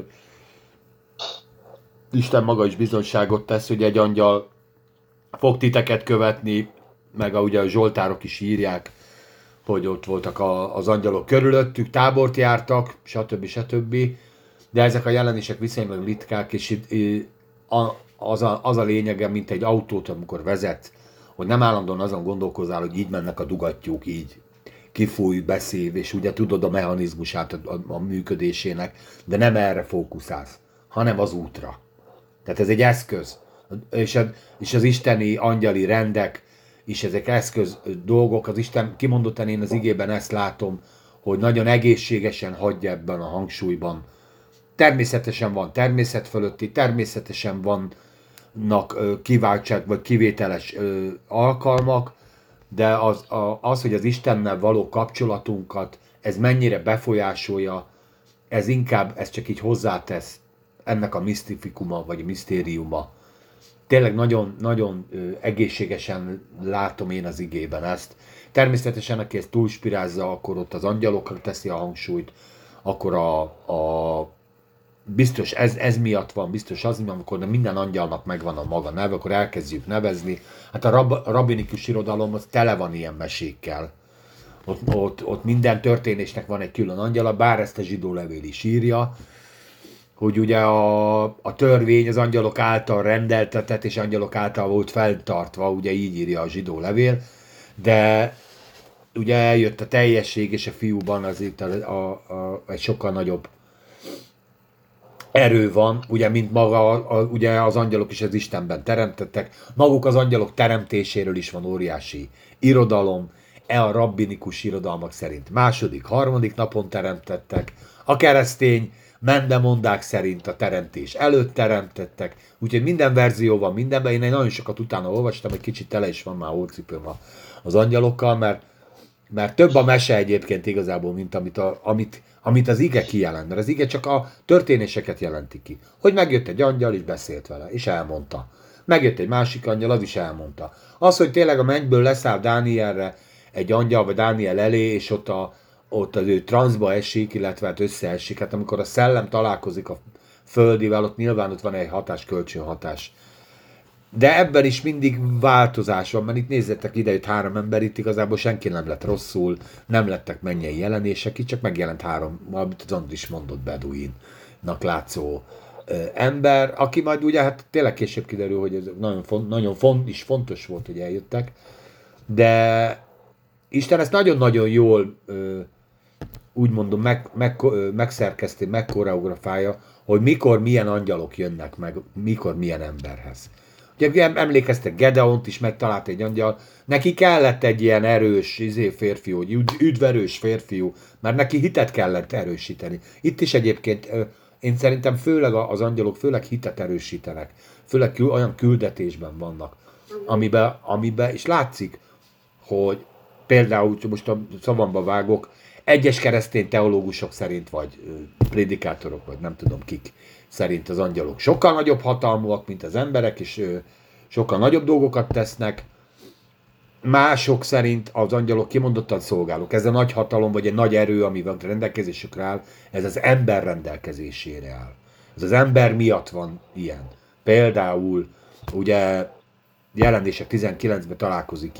Isten maga is bizonyságot tesz, hogy egy angyal fog titeket követni, meg a, ugye a zsoltárok is írják, hogy ott voltak a, az angyalok körülöttük, tábort jártak, stb. stb. De ezek a jelenések viszonylag ritkák, és az a, az a lényege, mint egy autót, amikor vezet, hogy nem állandóan azon gondolkozál, hogy így mennek a dugattyúk, így kifúj, beszív, és ugye tudod a mechanizmusát a, a, a működésének, de nem erre fókuszálsz, hanem az útra. Tehát ez egy eszköz. És, a, és az isteni angyali rendek, és ezek eszköz dolgok, az Isten kimondottan én az igében ezt látom, hogy nagyon egészségesen hagyja ebben a hangsúlyban. Természetesen van természet fölötti, természetesen vannak kiváltság vagy kivételes alkalmak, de az, az, hogy az Istennel való kapcsolatunkat ez mennyire befolyásolja, ez inkább, ez csak így hozzátesz ennek a misztifikuma vagy a misztériuma. Tényleg nagyon, nagyon egészségesen látom én az igében ezt. Természetesen, aki ezt túlspirázza, akkor ott az angyalokra teszi a hangsúlyt, akkor a, a biztos ez, ez miatt van, biztos az, amikor minden angyalnak megvan a maga neve, akkor elkezdjük nevezni. Hát a, rab, a rabinikus irodalom az tele van ilyen mesékkel. Ott, ott, ott minden történésnek van egy külön angyala, bár ezt a zsidó levél is írja, hogy ugye a, a törvény az angyalok által rendeltetett, és angyalok által volt feltartva, ugye így írja a zsidó levél, de ugye eljött a teljesség, és a fiúban azért a, a, a, egy sokkal nagyobb erő van, ugye, mint maga, a, ugye az angyalok is az Istenben teremtettek, maguk az angyalok teremtéséről is van óriási irodalom, e a rabbinikus irodalmak szerint második, harmadik napon teremtettek, a keresztény mendemondák szerint a teremtés előtt teremtettek, úgyhogy minden verzió van mindenben, én nagyon sokat utána olvastam, egy kicsit tele is van már hócipőm az angyalokkal, mert Mert több a mese egyébként igazából, mint amit, a, amit, amit az ige kijelent. Mert az ige csak a történéseket jelenti ki. Hogy megjött egy angyal, és beszélt vele, és elmondta. Megjött egy másik angyal, az is elmondta. Az, hogy tényleg a mennyből leszáll Dánielre egy angyal, vagy Dániel elé, és ott, a, ott az ő transzba esik, illetve hát összeesik. Hát amikor a szellem találkozik a földivel, ott nyilván ott van egy hatás, kölcsönhatás. De ebben is mindig változás van, mert itt nézzetek, ide jött három ember, itt igazából senki nem lett rosszul, nem lettek mennyei jelenések, itt csak megjelent három, amit az Andris mondott, beduinnak látszó ö, ember, aki majd ugye hát tényleg később kiderül, hogy ez nagyon, font, nagyon font, is fontos volt, hogy eljöttek, de Isten ezt nagyon-nagyon jól ö, úgy mondom, meg, meg, megszerkeszti, megkoreografálja, hogy mikor milyen angyalok jönnek meg, mikor milyen emberhez. Ugye emlékeztek, Gedeont is megtalált egy angyal, neki kellett egy ilyen erős izé, férfiú, üdverős férfiú, mert neki hitet kellett erősíteni. Itt is egyébként én szerintem főleg az angyalok főleg hitet erősítenek, főleg olyan küldetésben vannak, amiben, amiben és látszik, hogy például, most a szavamba vágok, egyes keresztény teológusok szerint, vagy prédikátorok, vagy nem tudom kik szerint az angyalok sokkal nagyobb hatalmúak, mint az emberek, és sokkal nagyobb dolgokat tesznek. Mások szerint az angyalok kimondottan szolgálók. Ez a nagy hatalom, vagy egy nagy erő, ami van rendelkezésükre áll, ez az ember rendelkezésére áll. Ez az ember miatt van ilyen. Például, ugye Jelenések tizenkilencben találkozik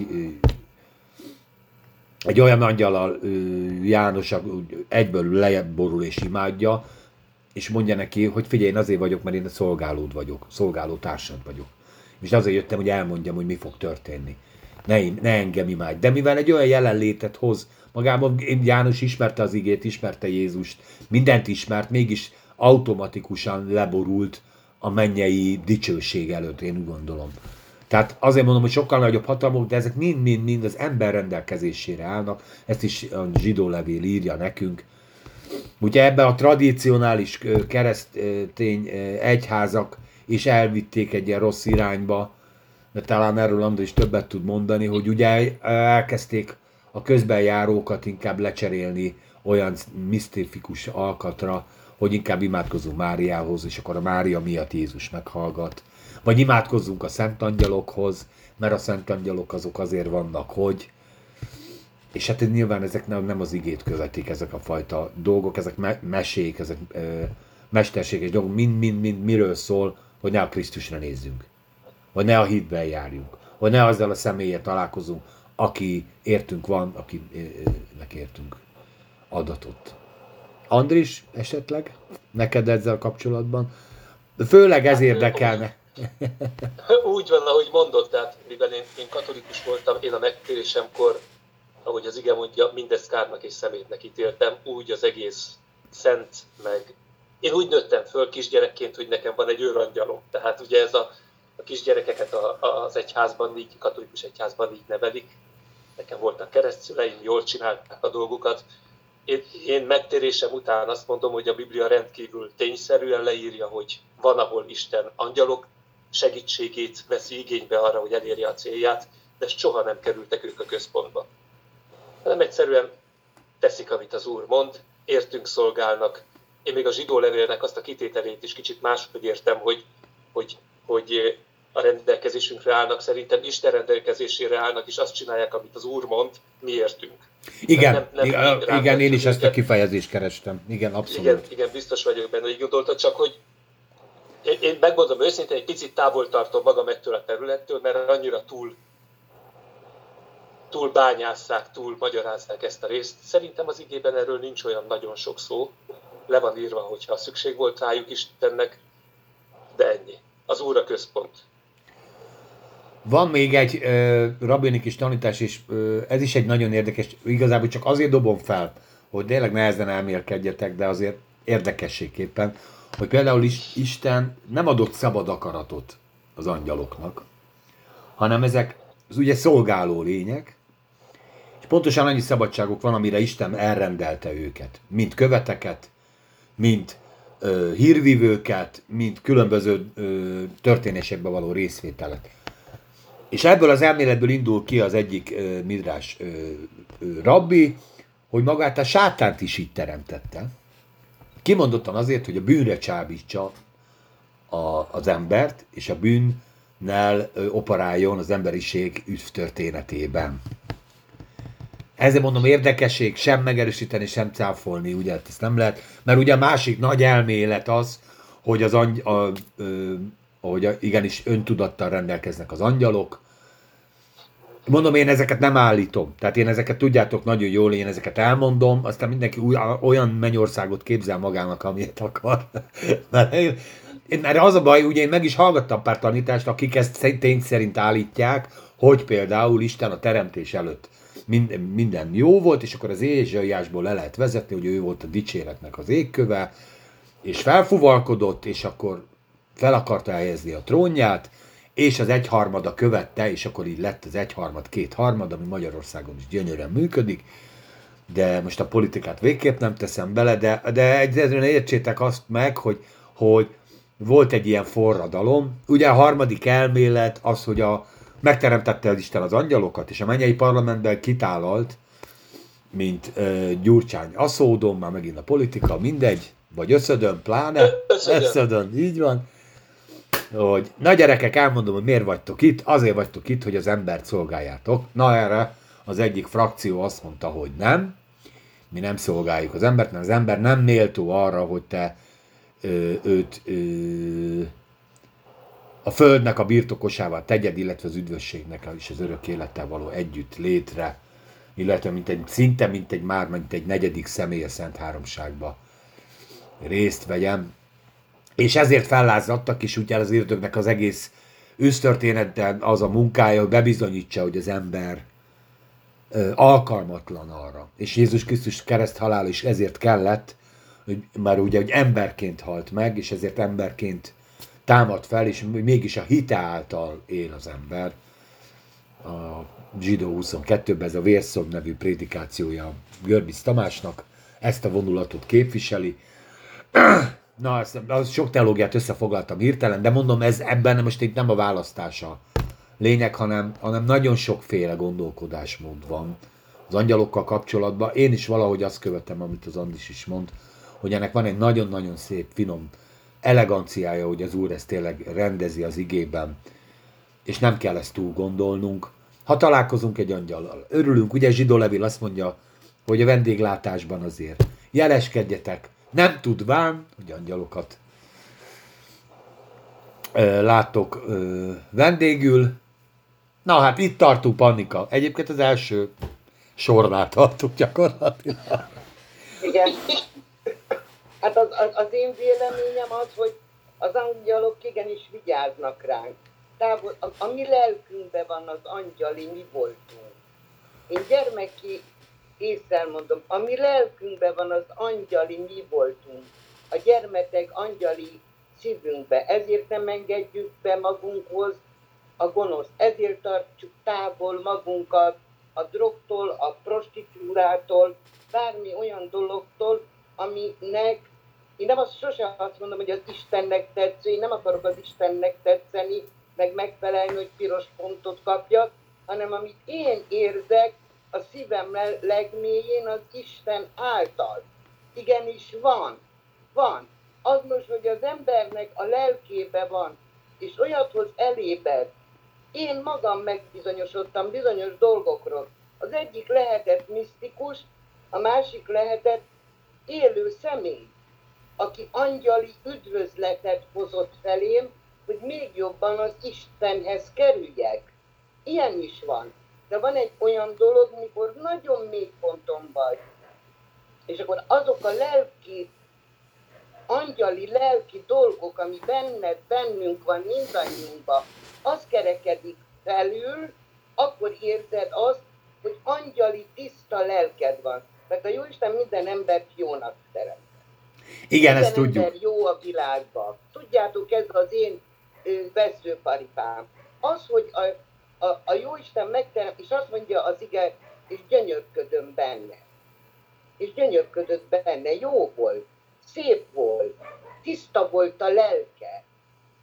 egy olyan angyallal János egyből leborul és imádja, és mondja neki, hogy figyelj, én azért vagyok, mert én a szolgálód vagyok, szolgáló társad vagyok. És azért jöttem, hogy elmondjam, hogy mi fog történni. Ne, ne engem imádj. De mivel egy olyan jelenlétet hoz, magában János ismerte az igét, ismerte Jézust, mindent ismert, mégis automatikusan leborult a mennyei dicsőség előtt, én úgy gondolom. Tehát azért mondom, hogy sokkal nagyobb hatalmuk, de ezek mind-mind-mind az ember rendelkezésére állnak. Ezt is a zsidó levél írja nekünk. Ugye ebben a tradicionális keresztény egyházak is elvitték egy ilyen rossz irányba, de talán erről András is többet tud mondani, hogy ugye elkezdték a közbenjárókat inkább lecserélni olyan misztifikus alkatra, hogy inkább imádkozunk Máriához, és akkor a Mária miatt Jézus meghallgat. Vagy imádkozzunk a szent angyalokhoz, mert a szent angyalok azok azért vannak, hogy... És hát nyilván ezek nem, nem az igét követik, ezek a fajta dolgok, ezek me- mesék, ezek ö, mesterséges dolgok, mind-mind-mind miről szól, hogy ne a Krisztusra nézzünk. Vagy ne a hitben járjunk. Vagy ne azzal a személlyel találkozunk, aki értünk van, akinek értünk adatot. Andris, esetleg neked ezzel kapcsolatban? De főleg ez érdekelne. Úgy van, ahogy mondott, tehát mivel én, én katolikus voltam, én a megtérésemkor, ahogy az ige mondja, mindezt kárnak és szemétnek ítéltem, úgy az egész szent, meg én úgy nőttem föl kisgyerekként, hogy nekem van egy őrangyalom. Tehát ugye ez a, a kisgyerekeket a, a, az egyházban, így katolikus egyházban így nevelik. Nekem voltak keresztszüleim, jól csinálták a dolgukat. Én, én megtérésem után azt mondom, hogy a Biblia rendkívül tényszerűen leírja, hogy van, ahol Isten angyalok segítségét veszi igénybe arra, hogy elérje a célját, de soha nem kerültek ők a központba. Hanem egyszerűen teszik, amit az Úr mond, értünk szolgálnak. Én még a zsidó levélnek azt a kitételét is kicsit máshogy értem, hogy, hogy, hogy a rendelkezésünkre állnak, szerintem Isten rendelkezésére állnak, és azt csinálják, amit az Úr mond, mi értünk. Igen, nem, nem igen, igen én is ezt a kifejezést kerestem. Igen, abszolút. Igen, igen, biztos vagyok benne, hogy gondoltad, csak hogy én, én megmondom őszintén, egy picit távol tartom magam ettől a területtől, mert annyira túl túl bányásszák, túl magyarázzák ezt a részt. Szerintem az igében erről nincs olyan nagyon sok szó. Le van írva, hogyha szükség volt rájuk Istennek, de ennyi. Az Úr a központ. Van még egy ö, rabbinikus tanítás, és ö, ez is egy nagyon érdekes, igazából csak azért dobom fel, hogy tényleg nehezen elmélkedjetek, de azért érdekességképpen, hogy például is Isten nem adott szabad akaratot az angyaloknak, hanem ezek az ugye szolgáló lények, és pontosan annyi szabadságuk van, amire Isten elrendelte őket, mint követeket, mint ö, hírvívőket, mint különböző ö, történésekben való részvételet. És ebből az elméletből indul ki az egyik ö, midrás ö, ö, rabbi, hogy magát a sátánt is így teremtette. Kimondottan azért, hogy a bűnre csábítsa a, az embert, és a bűnnel ö, operáljon az emberiség üdvtörténetében. Ezért mondom, érdekesség sem megerősíteni, sem cáfolni, ugye ezt nem lehet, mert ugye a másik nagy elmélet az, hogy az angy- a, ö, hogy a, igenis öntudattal rendelkeznek az angyalok. Mondom, én ezeket nem állítom. Tehát én ezeket tudjátok nagyon jól, én ezeket elmondom, aztán mindenki új, olyan mennyországot képzel magának, amilyet akar. mert, én, mert az a baj, ugye én meg is hallgattam pár tanítást, akik ezt tény szerint állítják, hogy például Isten a teremtés előtt minden, minden jó volt, és akkor az Ézsaiásból le lehet vezetni, hogy ő volt a dicséretnek az égköve, és felfuvalkodott, és akkor fel akarta helyezni a trónját, és az egyharmada követte, és akkor így lett az egyharmad, kétharmad, ami Magyarországon is gyönyörűen működik, de most a politikát végképp nem teszem bele, de, de egyszerűen értsétek azt meg, hogy, hogy volt egy ilyen forradalom. Ugye a harmadik elmélet az, hogy a, megteremtette az Isten az angyalokat, és a mennyei parlamentben kitálalt, mint uh, Gyurcsány Aszódon, már megint a politika, mindegy, vagy Összödön, pláne. Összödön. Összödön, így van. Hogy na gyerekek, elmondom, hogy miért vagytok itt, azért vagytok itt, hogy az embert szolgáljátok. Na erre az egyik frakció azt mondta, hogy nem, mi nem szolgáljuk az embert, mert az ember nem méltó arra, hogy te ö, őt ö, a földnek a birtokosává tegyed, illetve az üdvösségnek és az örök élettel való együtt létre, illetve mint egy, szinte mint egy már, mint egy negyedik személy a Szent Háromságba részt vegyem. És ezért fellázadtak, és úgy az ördögnek az egész ősztörténetben az a munkája, hogy bebizonyítsa, hogy az ember ö, alkalmatlan arra. És Jézus Krisztus kereszthalál is ezért kellett, hogy már ugye, hogy emberként halt meg, és ezért emberként támad fel, és mégis a hite által él az ember. A Zsidó huszonkettőben ez a Vérszog nevű prédikációja Görbic Tamásnak ezt a vonulatot képviseli. Na, ezt, az sok teológiát összefoglaltam hirtelen, de mondom, ez ebben most itt nem a választása lényeg, hanem, hanem nagyon sokféle gondolkodásmód van az angyalokkal kapcsolatban. Én is valahogy azt követem, amit az Andis is mond, hogy ennek van egy nagyon-nagyon szép, finom eleganciája, hogy az Úr ezt tényleg rendezi az igében, és nem kell ezt túl gondolnunk. Ha találkozunk egy angyallal, örülünk, ugye Zsidó Levil azt mondja, hogy a vendéglátásban azért jeleskedjetek, nem tudván, hogy angyalokat ö, látok ö, vendégül. Na hát itt tartunk, Pannika. Egyébként az első sornál tartunk gyakorlatilag. Igen. Hát az, az, az én véleményem az, hogy az angyalok igenis vigyáznak ránk. Távol, a, a mi lelkünkben van az angyali mi voltunk. Én gyermeki észre mondom, a mi lelkünkben van az angyali mi voltunk. A gyermetek angyali szívünkbe. Ezért nem engedjük be magunkhoz a gonosz. Ezért tartjuk távol magunkat a drogtól, a prostitúrától, bármi olyan dologtól, aminek, én nem azt sosem azt mondom, hogy az Istennek tetsző, én nem akarok az Istennek tetszeni, meg megfelelni, hogy piros pontot kapjak, hanem amit én érzek a szívem legmélyén az Isten által. Igenis van, van. Az most, hogy az embernek a lelkébe van, és olyathoz elébed. Én magam megbizonyosodtam bizonyos dolgokról. Az egyik lehetett misztikus, a másik lehetett élő személy, aki angyali üdvözletet hozott felém, hogy még jobban az Istenhez kerüljek. Ilyen is van. De van egy olyan dolog, mikor nagyon mély ponton vagy, és akkor azok a lelki, angyali lelki dolgok, ami benned, bennünk van, mindannyiunkban, az kerekedik felül, akkor érzed azt, hogy angyali tiszta lelked van. Mert a Jóisten minden embert jónak teremt. Igen, minden ezt tudjuk. ember jó a világban. Tudjátok, ez az én veszőparipám. Az, hogy a, a, a Jóisten megteremt, és azt mondja az ige, és gyönyörködöm benne. És gyönyörködött benne. Jó volt, szép volt, tiszta volt a lelke.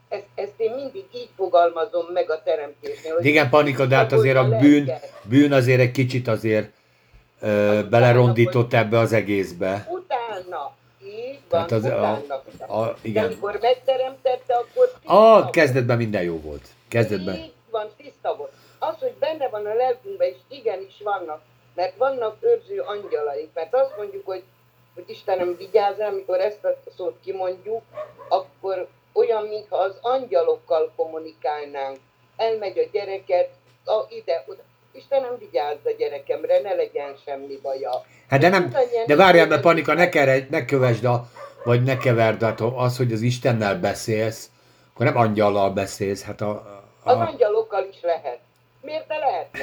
Ezt, ezt én mindig így fogalmazom meg a teremtésnél. Hogy Igen, Panika, de hát azért a bűn, bűn azért egy kicsit azért ö, belerondított ebbe az egészbe. Utána, így van, Tehát az, utána. a, a, igen. De amikor megteremtette, akkor tiszta A volt. kezdetben minden jó volt. Kezdetben. Így van, tiszta volt. Az, hogy benne van a lelkünkben, és igenis vannak, mert vannak őrző angyalaik, mert azt mondjuk, hogy, hogy Istenem vigyázz, amikor ezt a szót kimondjuk, akkor olyan, mintha az angyalokkal kommunikálnánk. Elmegy a gyereket, a, ide, oda. Istenem vigyázz a gyerekemre, ne legyen semmi baja. Hát de nem, de várjál, mert Panika, ne, kerej, ne kövesd a, vagy ne keverd az, hogy az Istennel beszélsz, akkor nem angyallal beszélsz, hát a... a... Az angyalokkal is lehet. Miért ne lehetne?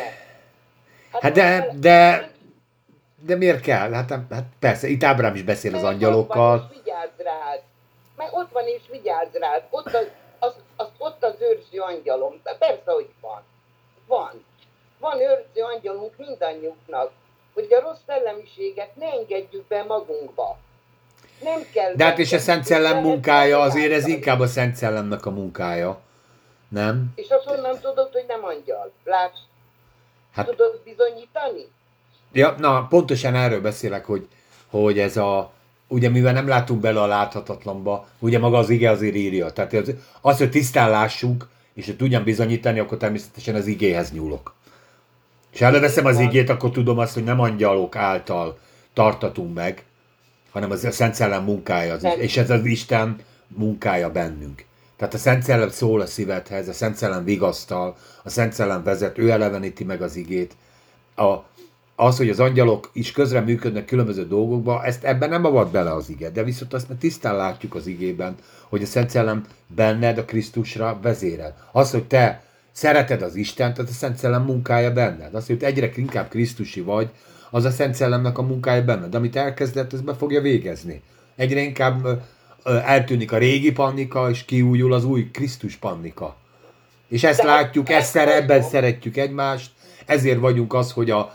Hát de, de, de miért kell? Hát, hát persze, itt Ábrám is beszél az angyalokkal. Ott van és vigyázz rád. Mert ott van és vigyázz rád. Ott az, az, az, ott az őrző angyalom. Persze, hogy van. Van. Van őrző angyalunk mindannyiunknak, hogy a rossz szellemiséget ne engedjük be magunkba. Nem kell... De hát és a Szent Szellem munkája, azért ez inkább a Szent Szellemnek a munkája. Nem? És azt honnan tudod, hogy nem angyal? Látsz? Hát... Tudod bizonyítani? Ja, na, pontosan erről beszélek, hogy, hogy ez a... Ugye mivel nem látunk bele a láthatatlanba, ugye maga az ige azért írja. Tehát az, az hogy tisztán lássunk, és hogy tudjam bizonyítani, akkor természetesen az igéhez nyúlok. És ha előveszem az igét, akkor tudom azt, hogy nem angyalok által tartatunk meg, hanem az a Szent Szellem munkája, az, és ez az Isten munkája bennünk. Tehát a Szent Szellem szól a szívedhez, a Szent Szellem vigasztal, a Szent Szellem vezet, ő eleveníti meg az igét. A, az, hogy az angyalok is közre működnek különböző dolgokba, ezt ebben nem avat bele az ige, de viszont azt már tisztán látjuk az igében, hogy a Szent Szellem benned a Krisztusra vezérel. Az, hogy te szereted az Istent, az a Szent Szellem munkája benned. Az, hogy egyre inkább krisztusi vagy, az a Szent Szellemnek a munkája benned. Amit elkezdett, az be fogja végezni. Egyre inkább eltűnik a régi Pannika, és kiújul az új Krisztus Pannika. És ezt de látjuk, ezt szere, ebben szeretjük egymást, ezért vagyunk az, hogy a,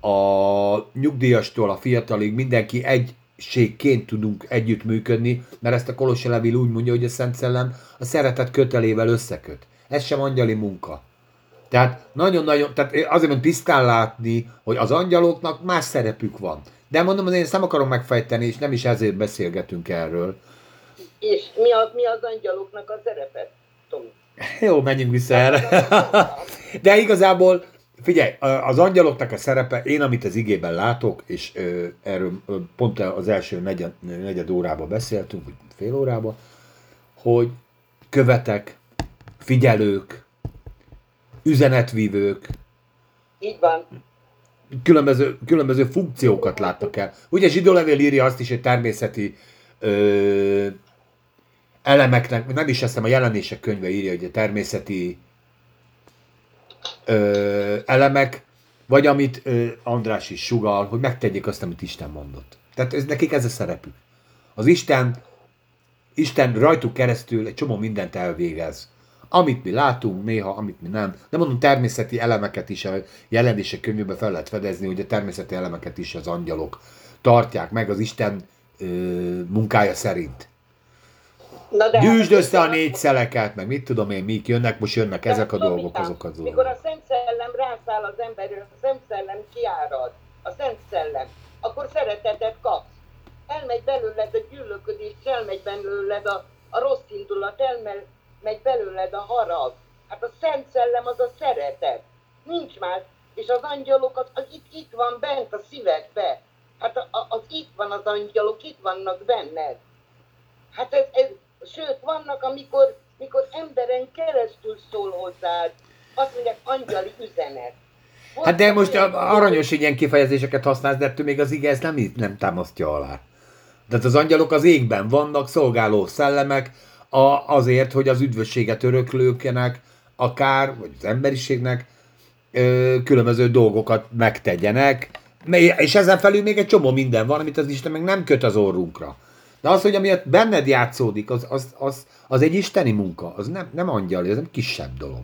a nyugdíjastól a fiatalig mindenki egységként tudunk együttműködni, mert ezt a Kolosse levél úgy mondja, hogy a Szent Szellem a szeretet kötelével összeköt. Ez sem angyali munka. Tehát nagyon-nagyon, tehát azért mondom tisztán látni, hogy az angyaloknak más szerepük van. De mondom, hogy én ezt nem akarom megfejteni, és nem is ezért beszélgetünk erről. És mi, a, mi az angyaloknak a szerepe, Tomi? Jó, menjünk vissza erre. De igazából, figyelj, az angyaloknak a szerepe, én amit az igében látok, és ö, erről ö, pont az első negyed, negyed órában beszéltünk, vagy fél órában, hogy követek, figyelők, üzenetvívők, így van. Különböző, különböző funkciókat látnak el. Ugye Zsidó levél írja azt is, hogy természeti ö, elemeknek, nem is hiszem, a Jelenések könyve írja, hogy a természeti ö, elemek, vagy amit ö, András is sugal, hogy megtegyék azt, amit Isten mondott. Tehát ez, nekik ez a szerepük. Az Isten, Isten rajtuk keresztül egy csomó mindent elvégez. Amit mi látunk néha, amit mi nem. De mondom, természeti elemeket is a Jelenések könyvében fel lehet fedezni, hogy a természeti elemeket is az angyalok tartják meg az Isten ö, munkája szerint. Gyűjtsd össze a négy szeleket, meg mit tudom én, mik jönnek, most jönnek ezek a dolgok, azok az dolgok. Mikor a Szent Szellem rászáll az emberről, a Szent Szellem kiárad, a Szent Szellem, akkor szeretetet kapsz. Elmegy belőled a gyűlölködés, elmegy belőled a, a rossz indulat, elmegy megy belőled a harag. Hát a Szent Szellem az a szeretet. Nincs más. És az angyalok, az, az itt, itt van bent a szívedbe. Hát a, a, az itt van az angyalok, itt vannak benned. Hát ez, ez, sőt, vannak, amikor, mikor emberen keresztül szól hozzád. Azt mondják, angyali üzenet. Volt hát de most aranyos, hogy ilyen kifejezéseket használsz, de ettől még az ige ezt nem, nem támasztja alá. Tehát az angyalok az égben vannak, szolgáló szellemek, A, azért, hogy az üdvösséget öröklőknek, akár, vagy az emberiségnek ö, különböző dolgokat megtegyenek, és ezen felül még egy csomó minden van, amit az Isten meg nem köt az orrunkra. De az, hogy amiatt benned játszódik, az, az, az, az egy isteni munka, az nem, nem angyali, az nem kisebb dolog.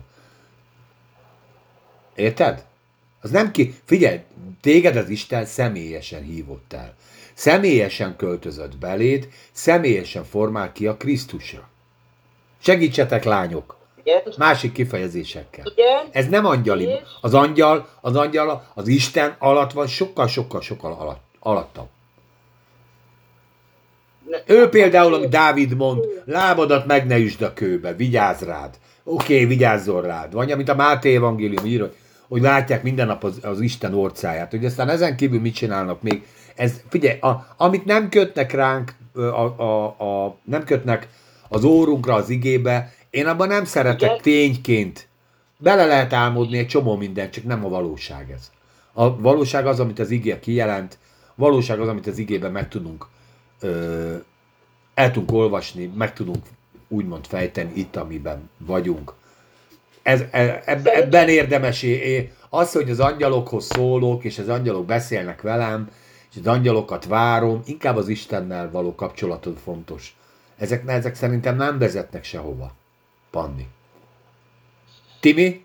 Érted? Az nem ki... Figyelj, téged az Isten személyesen hívott el. Személyesen költözött beléd, személyesen formál ki a Krisztusra. Segítsetek, lányok! Igen. Másik kifejezésekkel. Igen. Ez nem angyali. És? Az angyal, az angyal, az Isten alatt van, sokkal-sokkal-sokkal alatt, alatta. Ne- Ő például, amit Dávid mond, lábadat meg ne üsd a kőbe, vigyázz rád. Oké, okay, vigyázzon rád. Vagy amit a Máté evangélium ír, hogy, hogy látják minden nap az, az Isten orcáját. Hogy aztán ezen kívül mit csinálnak még? Ez, figyelj, a, amit nem kötnek ránk, a, a, a, nem kötnek az órunkra, az igébe, én abban nem szeretek Igen. tényként. Bele lehet álmodni egy csomó mindent, csak nem a valóság ez. A valóság az, amit az igé kijelent, a valóság az, amit az igében meg tudunk ö, el tudunk olvasni, meg tudunk úgymond fejteni itt, amiben vagyunk. Ez, eb, ebben érdemes, az, hogy az angyalokhoz szólok, és az angyalok beszélnek velem, és az angyalokat várom, inkább az Istennel való kapcsolatod fontos. Ezek, ezek szerintem nem vezetnek sehova. Panni. Timi?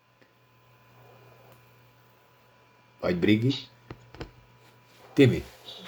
Vagy Brigi? Timi?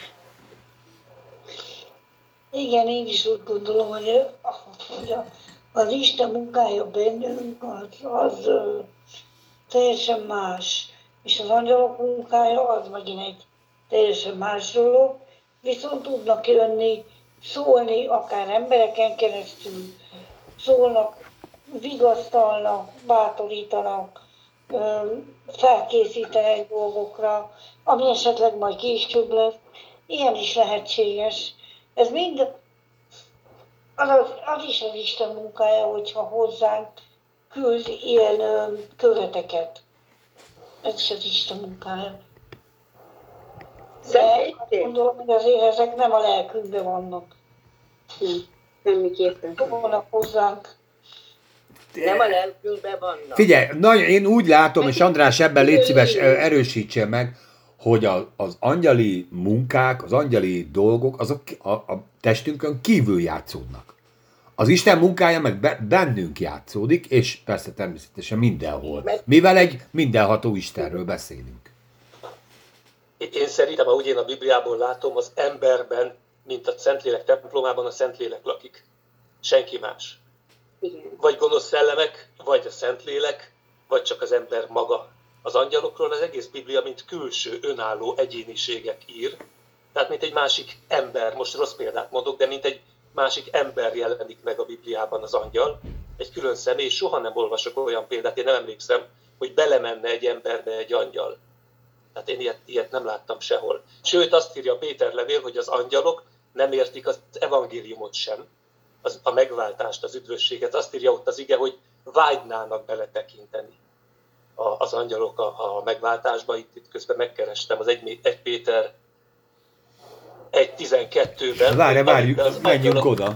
Igen, én is úgy gondolom, hogy, hogy az Isten munkája bennünk az, az teljesen más. És az angyalok munkája az megint egy teljesen más dolog. Viszont tudnak jönni, szólni akár embereken keresztül, szólnak, vigasztalnak, bátorítanak, felkészítenek dolgokra, ami esetleg majd később lesz. Ilyen is lehetséges. Ez mind az, az is az Isten munkája, hogyha hozzánk küld ilyen ö, követeket. Ez is az Isten munkája. De gondolom, hogy azért ezek nem a lelkünkben vannak. Nem, semmiképpen. Szólnak hozzánk. Nem a lelkünkben vannak. Figyelj, nagyon, én úgy látom, és András ebben légy szíves, erősítse meg, hogy a, az angyali munkák, az angyali dolgok, azok a, a testünkön kívül játszódnak. Az Isten munkája meg be, bennünk játszódik, és persze természetesen mindenhol. Mivel egy mindenható Istenről beszélünk. Én szerintem, ahogy én a Bibliából látom, az emberben, mint a Szentlélek templomában, a Szentlélek lakik. Senki más. Igen. Vagy gonosz szellemek, vagy a Szentlélek, vagy csak az ember maga. Az angyalokról az egész Biblia, mint külső, önálló egyéniségek ír. Tehát, mint egy másik ember, most rossz példát mondok, de mint egy másik ember jelenik meg a Bibliában az angyal. Egy külön személy, soha nem olvasok olyan példát, én nem emlékszem, hogy belemenne egy emberbe egy angyal. Tehát én ilyet, ilyet nem láttam sehol. Sőt, azt írja a Péter levél, hogy az angyalok nem értik az evangéliumot sem, az, a megváltást, az üdvösséget. Azt írja ott az ige, hogy vágynának beletekinteni a, az angyalok a, a megváltásba. Itt, itt közben megkerestem az egy, egy Péter egy tizenkettőben. Várj, várjuk, menjünk angyalok... oda.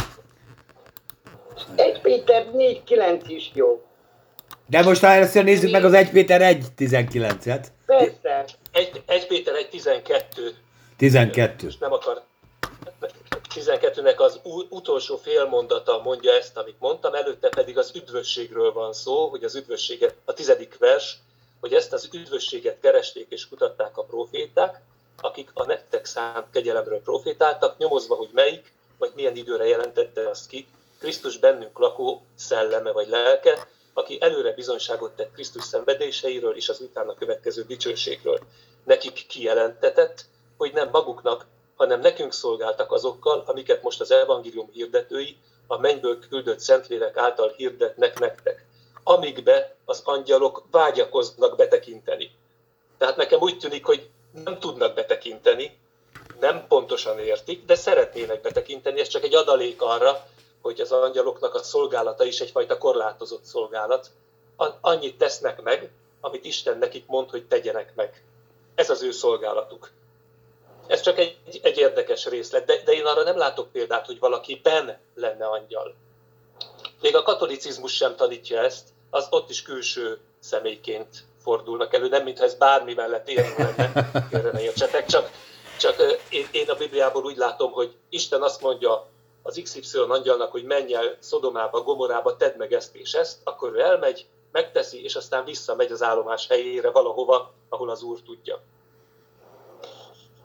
egy Péter négy kilenc is jó. De most ha először nézzük meg az egy Péter egy tizenkilencet. Persze. egy Péter egy tizenkettő. tizenkettő. Most nem akar... tizenkettőnek az utolsó félmondata mondja ezt, amit mondtam, előtte pedig az üdvösségről van szó, hogy az üdvösséget, a tizedik vers, hogy ezt az üdvösséget keresték és kutatták a proféták, akik a nektek szánt kegyelemről profétáltak, nyomozva, hogy melyik, vagy milyen időre jelentette azt ki, Krisztus bennünk lakó szelleme vagy lelke, aki előre bizonyságot tett Krisztus szenvedéseiről és az utána következő dicsőségről. Nekik kijelentetett, hogy nem maguknak, hanem nekünk szolgáltak azokkal, amiket most az evangélium hirdetői a mennyből küldött Szentlélek által hirdetnek nektek, amikbe az angyalok vágyakoznak betekinteni. Tehát nekem úgy tűnik, hogy nem tudnak betekinteni, nem pontosan értik, de szeretnének betekinteni, ez csak egy adalék arra, hogy az angyaloknak a szolgálata is egyfajta korlátozott szolgálat. Annyit tesznek meg, amit Isten nekik mond, hogy tegyenek meg. Ez az ő szolgálatuk. Ez csak egy, egy érdekes részlet, de, de én arra nem látok példát, hogy valaki ben lenne angyal. Még a katolicizmus sem tanítja ezt, az ott is külső személyként fordulnak elő, nem mintha ez bármi mellett érve lenne, félre ne értsetek, csak, csak én, én a Bibliából úgy látom, hogy Isten azt mondja az iksz ipszilon angyalnak, hogy menj el Szodomába, Gomorába, tedd meg ezt és ezt, akkor ő elmegy, megteszi, és aztán visszamegy az állomás helyére valahova, ahol az Úr tudja.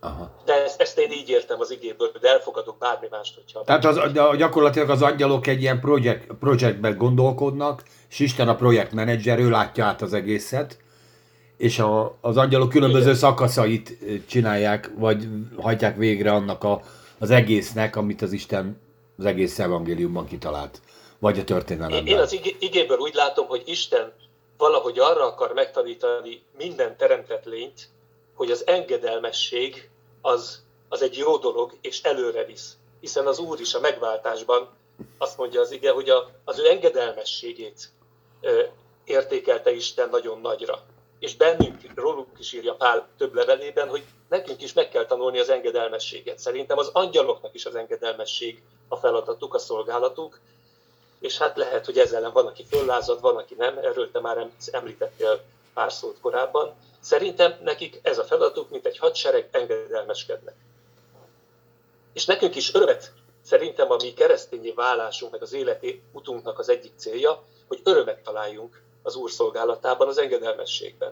Aha. De ezt, ezt én így értem az igéből, de elfogadok bármi mást, hogyha... Tehát az, gyakorlatilag az angyalok egy ilyen projekt, projektben gondolkodnak, és Isten a projektmenedzser, ő látja át az egészet, és a, az angyalok különböző Igen. szakaszait csinálják, vagy hajtják végre annak a, az egésznek, amit az Isten az egész evangéliumban kitalált, vagy a történelemben. Én az igé, igéből úgy látom, hogy Isten valahogy arra akar megtanítani minden teremtett lényt, hogy az engedelmesség az, az egy jó dolog, és előre visz. Hiszen az Úr is a megváltásban azt mondja az ige, hogy a, az ő engedelmességét ö, értékelte Isten nagyon nagyra. És bennünk, róluk is írja Pál több levelében, hogy nekünk is meg kell tanulni az engedelmességet. Szerintem az angyaloknak is az engedelmesség a feladatuk, a szolgálatuk, és hát lehet, hogy ezzel ellen van, aki föllázad, van, aki nem, erről te már említettél pár szót korábban. Szerintem nekik ez a feladatuk, mint egy hadsereg, engedelmeskednek. És nekünk is örömet, szerintem a mi keresztényi válásunk, meg az életi utunknak az egyik célja, hogy örömet találjunk az Úr szolgálatában, az engedelmességben.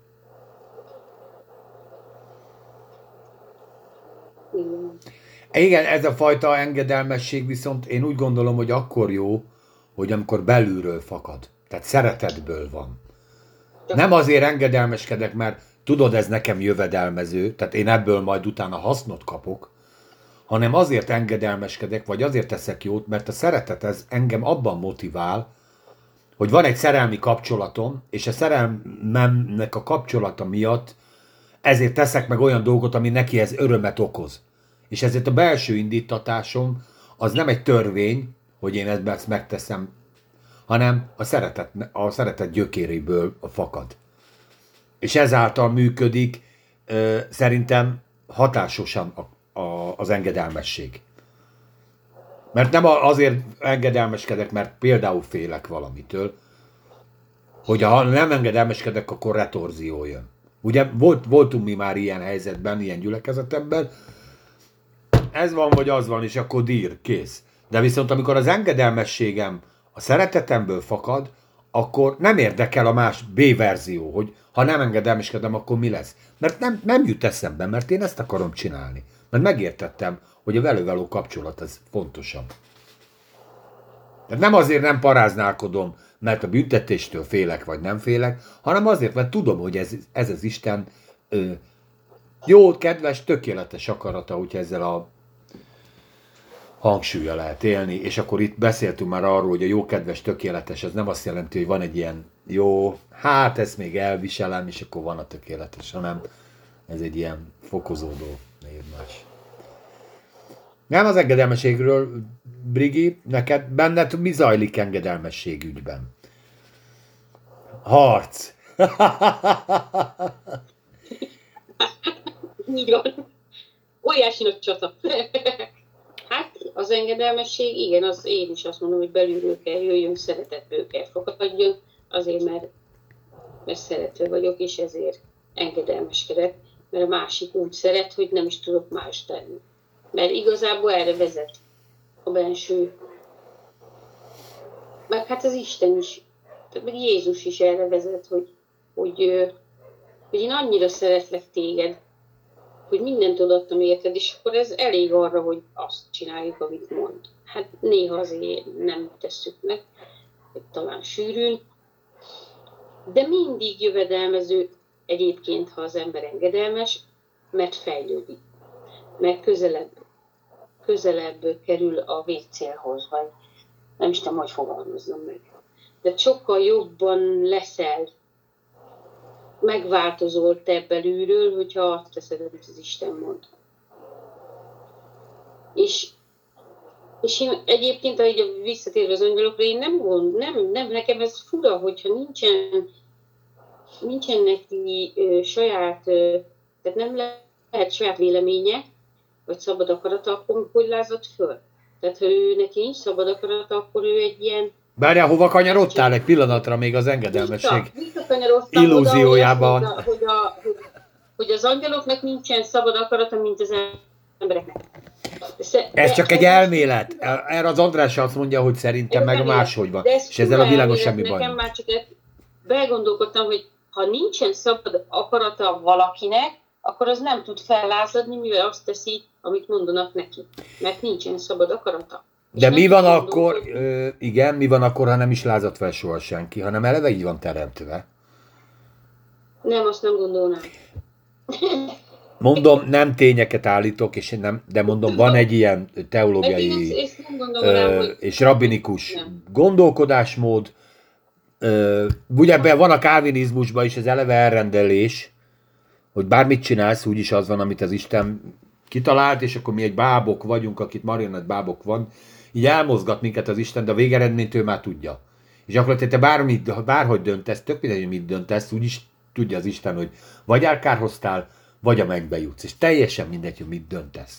Igen, ez a fajta engedelmesség viszont én úgy gondolom, hogy akkor jó, hogy amikor belülről fakad. Tehát szeretetből van. Nem azért engedelmeskedek, mert tudod, ez nekem jövedelmező, tehát én ebből majd utána hasznot kapok, hanem azért engedelmeskedek, vagy azért teszek jót, mert a szeretet ez engem abban motivál, hogy van egy szerelmi kapcsolatom, és a szerelmemnek a kapcsolata miatt ezért teszek meg olyan dolgot, ami neki ez örömet okoz. És ezért a belső indítatásom az nem egy törvény, hogy én ezt megteszem, hanem a szeretet, a szeretet gyökéréből fakad. És ezáltal működik ö, szerintem hatásosan a, a, az engedelmesség. Mert nem azért engedelmeskedek, mert például félek valamitől, hogy ha nem engedelmeskedek, akkor retorzió jön. Ugye volt, voltunk mi már ilyen helyzetben, ilyen gyülekezetemben, ez van, vagy az van, és akkor dír, kész. De viszont amikor az engedelmességem a szeretetemből fakad, akkor nem érdekel a más B verzió, hogy ha nem engedelmeskedem, akkor mi lesz. Mert nem, nem jut eszembe, mert én ezt akarom csinálni. Mert megértettem, hogy a velő való kapcsolat az fontosabb. Tehát nem azért nem paráználkodom, mert a büntetéstől félek, vagy nem félek, hanem azért, mert tudom, hogy ez, ez az Isten ö, jó, kedves, tökéletes akarata, hogy ezzel a hangsúlya lehet élni, és akkor itt beszéltünk már arról, hogy a jó, kedves, tökéletes, az nem azt jelenti, hogy van egy ilyen jó, hát ezt még elviselem, és akkor van a tökéletes, hanem ez egy ilyen fokozódó névmás. Nem az engedelmességről, Brigi, neked benned mi zajlik engedelmesség ügyben? Harc! Így van. Óriási nagy csata. Hát az engedelmesség, igen, az én is azt mondom, hogy belülről kell jöjjön, szeretetből kell fakadjon, azért, mert, mert szerető vagyok, és ezért engedelmeskedek, mert a másik úgy szeret, hogy nem is tudok más tenni. Mert igazából erre vezet a benső. Meg hát az Isten is, meg Jézus is erre vezet, hogy, hogy, hogy én annyira szeretlek téged, hogy mindent odaadtam érted, és akkor ez elég arra, hogy azt csináljuk, amit mond. Hát néha azért nem tesszük meg, vagy talán sűrűn, de mindig jövedelmező egyébként, ha az ember engedelmes, mert fejlődik, mert közelebb, közelebb kerül a végcélhoz, vagy nem is tudom, hogy fogalmaznom meg. De sokkal jobban leszel, megváltozol te belülről, hogyha azt teszed, amit az Isten mond. És, és én egyébként, ahogy visszatérve az angyalokra, én nem gond, nem, nem, nekem ez fura, hogyha nincsen, nincsen neki ö, saját, ö, tehát nem lehet saját véleménye, vagy szabad akarata, akkor hogy lázadt föl? Tehát ha ő neki nincs szabad akarata, akkor ő egy ilyen... Bárjál, hova kanyarodtál egy pillanatra még az engedelmesség Visszakanyarodtam illúziójában? oda, hogy, a, hogy, hogy az angyaloknak nincsen szabad akarata, mint az embereknek. De, ez csak egy elmélet. Erre az András azt mondja, hogy szerintem meg máshogy van. És ezzel a világon semmi baj. Nekem már csak belgondolkodtam, hogy ha nincsen szabad akarata valakinek, akkor az nem tud fellázadni, mivel azt teszi, amit mondanak neki. Mert nincsen szabad akarata. De mi van akkor, ö, igen, mi van akkor, ha nem is lázad fel soha senki, hanem eleve így van teremtve? Nem, azt nem gondolnám. Mondom, nem tényeket állítok, és nem, de mondom, van egy ilyen teológiai Én ezt, ezt nem gondolnám, ö, hogy... és rabbinikus Nem. gondolkodásmód. Ö, ugye ebben van a kálvinizmusban is az eleve elrendelés, hogy bármit csinálsz, úgyis az van, amit az Isten kitalált, és akkor mi egy bábok vagyunk, akit marionett bábok van, így elmozgat minket az Isten, de a végeredményt ő már tudja. És akkor te bármit, bárhogy döntesz, tök mindegy, hogy mit döntesz, úgyis tudja az Isten, hogy vagy elkárhoztál, vagy a mennybe jutsz. És teljesen mindegy, hogy mit döntesz.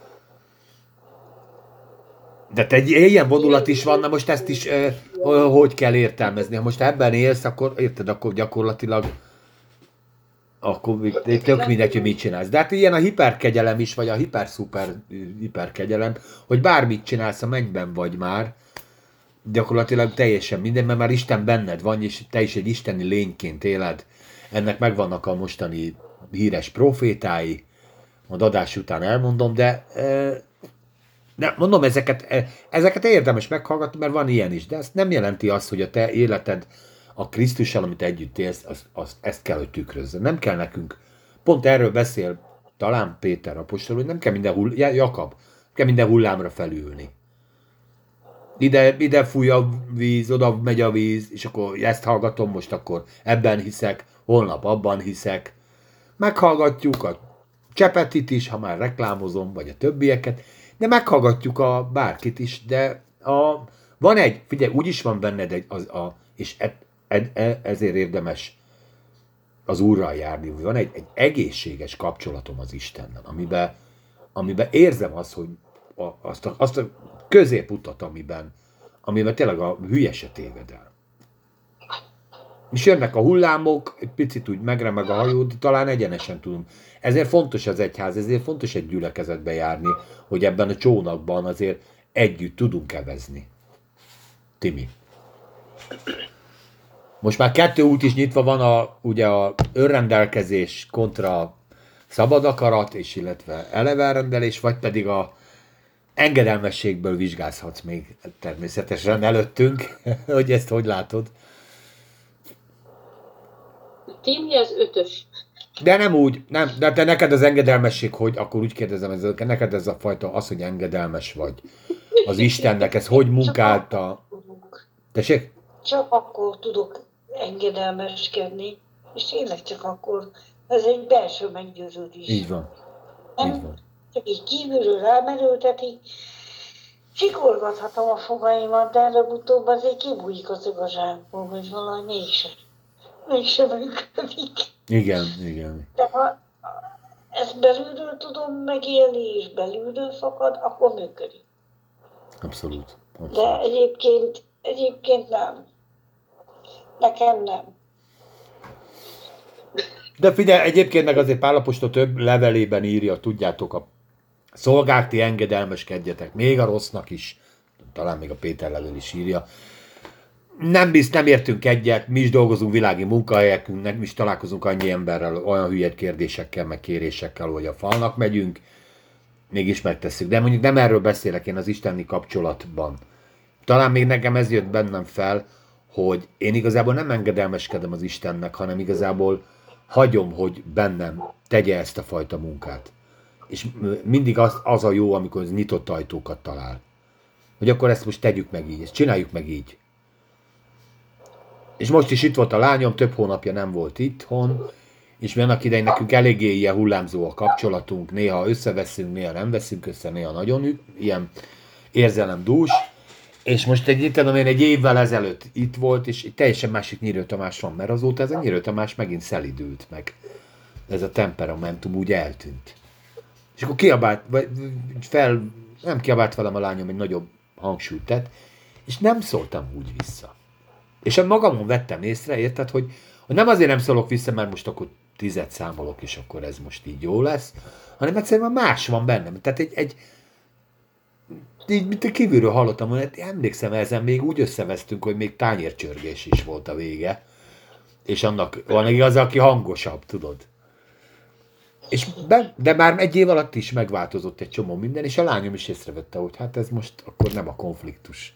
De egy ilyen vonulat is van, na most ezt is eh, hogy kell értelmezni. Ha most ebben élsz, akkor érted, akkor gyakorlatilag akkor tök mindegy, hogy mit csinálsz. De hát ilyen a hiperkegyelem is, vagy a hiper-szuper hiperkegyelem, hogy bármit csinálsz, a mennyben vagy már, gyakorlatilag teljesen minden, mert már Isten benned van, és te is egy isteni lényként éled. Ennek megvannak a mostani híres profétái, a adás után elmondom, de, de mondom, ezeket, ezeket érdemes meghallgatni, mert van ilyen is, de ez nem jelenti azt, hogy a te életed a Krisztussal, amit együtt élsz, az, az, ezt kell, hogy tükrözze. Nem kell nekünk, pont erről beszél talán Péter apostol, hogy nem kell minden, hull, Jakab, nem kell minden hullámra felülni. Ide, ide fúj a víz, oda megy a víz, és akkor ezt hallgatom, most akkor ebben hiszek, holnap abban hiszek. Meghallgatjuk a Csepetit is, ha már reklámozom, vagy a többieket, de meghallgatjuk a bárkit is, de a, van egy, figyelj, úgyis van benned egy, az, a, és e, e, ezért érdemes az Úrral járni, hogy van egy, egy egészséges kapcsolatom az Istennel, amiben, amiben érzem azt, hogy a, azt, a, azt a középutat, amiben, amiben tényleg a hülye se téved el. És jönnek a hullámok, egy picit úgy megremeg a hajó, de talán egyenesen tudunk. Ezért fontos az egyház, ezért fontos egy gyülekezetbe járni, hogy ebben a csónakban azért együtt tudunk evezni. Timi. Most már kettő út is nyitva van, a, ugye a önrendelkezés kontra szabad akarat, és illetve eleve elrendelés, vagy pedig a engedelmességből vizsgázhatsz még természetesen előttünk, hogy ezt hogy látod. Timi az ötös. De nem úgy, nem, de te neked az engedelmesség, hogy akkor úgy kérdezem, ez, neked ez a fajta, az, hogy engedelmes vagy az Istennek, ez hogy munkálta? Tessék? Csak akkor tudok engedelmeskedni, és tényleg csak akkor, ez egy belső meggyőződés. Így van. Nem, Így van. csak így kívülről rámerültetik, csikorgathatom a fogaimat, de előbb-utóbb azért kibújik az igazságból, hogy valahogy mégsem. Mégsem működik. Igen, igen. De ha ezt belülről tudom megélni, és belülről fakad, akkor működik. Abszolút. Abszolút. De egyébként, egyébként nem. Nekem nem. De figyelj, egyébként meg azért Pál apostol több levelében írja, tudjátok, a szolgák, ti engedelmeskedjetek, még a rossznak is, talán még a Péter levél is írja. Nem bizt, nem értünk egyet, mi is dolgozunk világi munkahelyekünk, nem is találkozunk annyi emberrel, olyan hülye kérdésekkel, meg kérésekkel, hogy a falnak megyünk, mégis megtesszük. De mondjuk nem erről beszélek én az isteni kapcsolatban. Talán még nekem ez jött bennem fel, hogy én igazából nem engedelmeskedem az Istennek, hanem igazából hagyom, hogy bennem tegye ezt a fajta munkát. És mindig az, az a jó, amikor az nyitott ajtókat talál. Hogy akkor ezt most tegyük meg így, ezt csináljuk meg így. És most is itt volt a lányom, több hónapja nem volt itthon, és mi annak idején nekünk eléggé ilyen hullámzó a kapcsolatunk, néha összeveszünk, néha nem veszünk össze, néha nagyon ilyen érzelemdús. És most egy, tudom én, egy évvel ezelőtt itt volt, és egy teljesen másik Nyírő Tamás van, mert azóta ez a Nyírő Tamás megint szelidült meg. Ez a temperamentum úgy eltűnt. És akkor kiabált, vagy fel, nem kiabált velem a lányom, egy nagyobb hangsúlyt tett, és nem szóltam úgy vissza. És magamon vettem észre, érted, hogy, hogy nem azért nem szólok vissza, mert most akkor tizet számolok, és akkor ez most így jó lesz, hanem egyszerűen más van bennem. Tehát egy, egy így, mint kívülről hallottam, hogy emlékszem, ezen még úgy összevesztünk, hogy még tányércsörgés is volt a vége. És annak van igaz, aki hangosabb, tudod. És be, de már egy év alatt is megváltozott egy csomó minden, és a lányom is észrevette, hogy hát ez most akkor nem a konfliktus.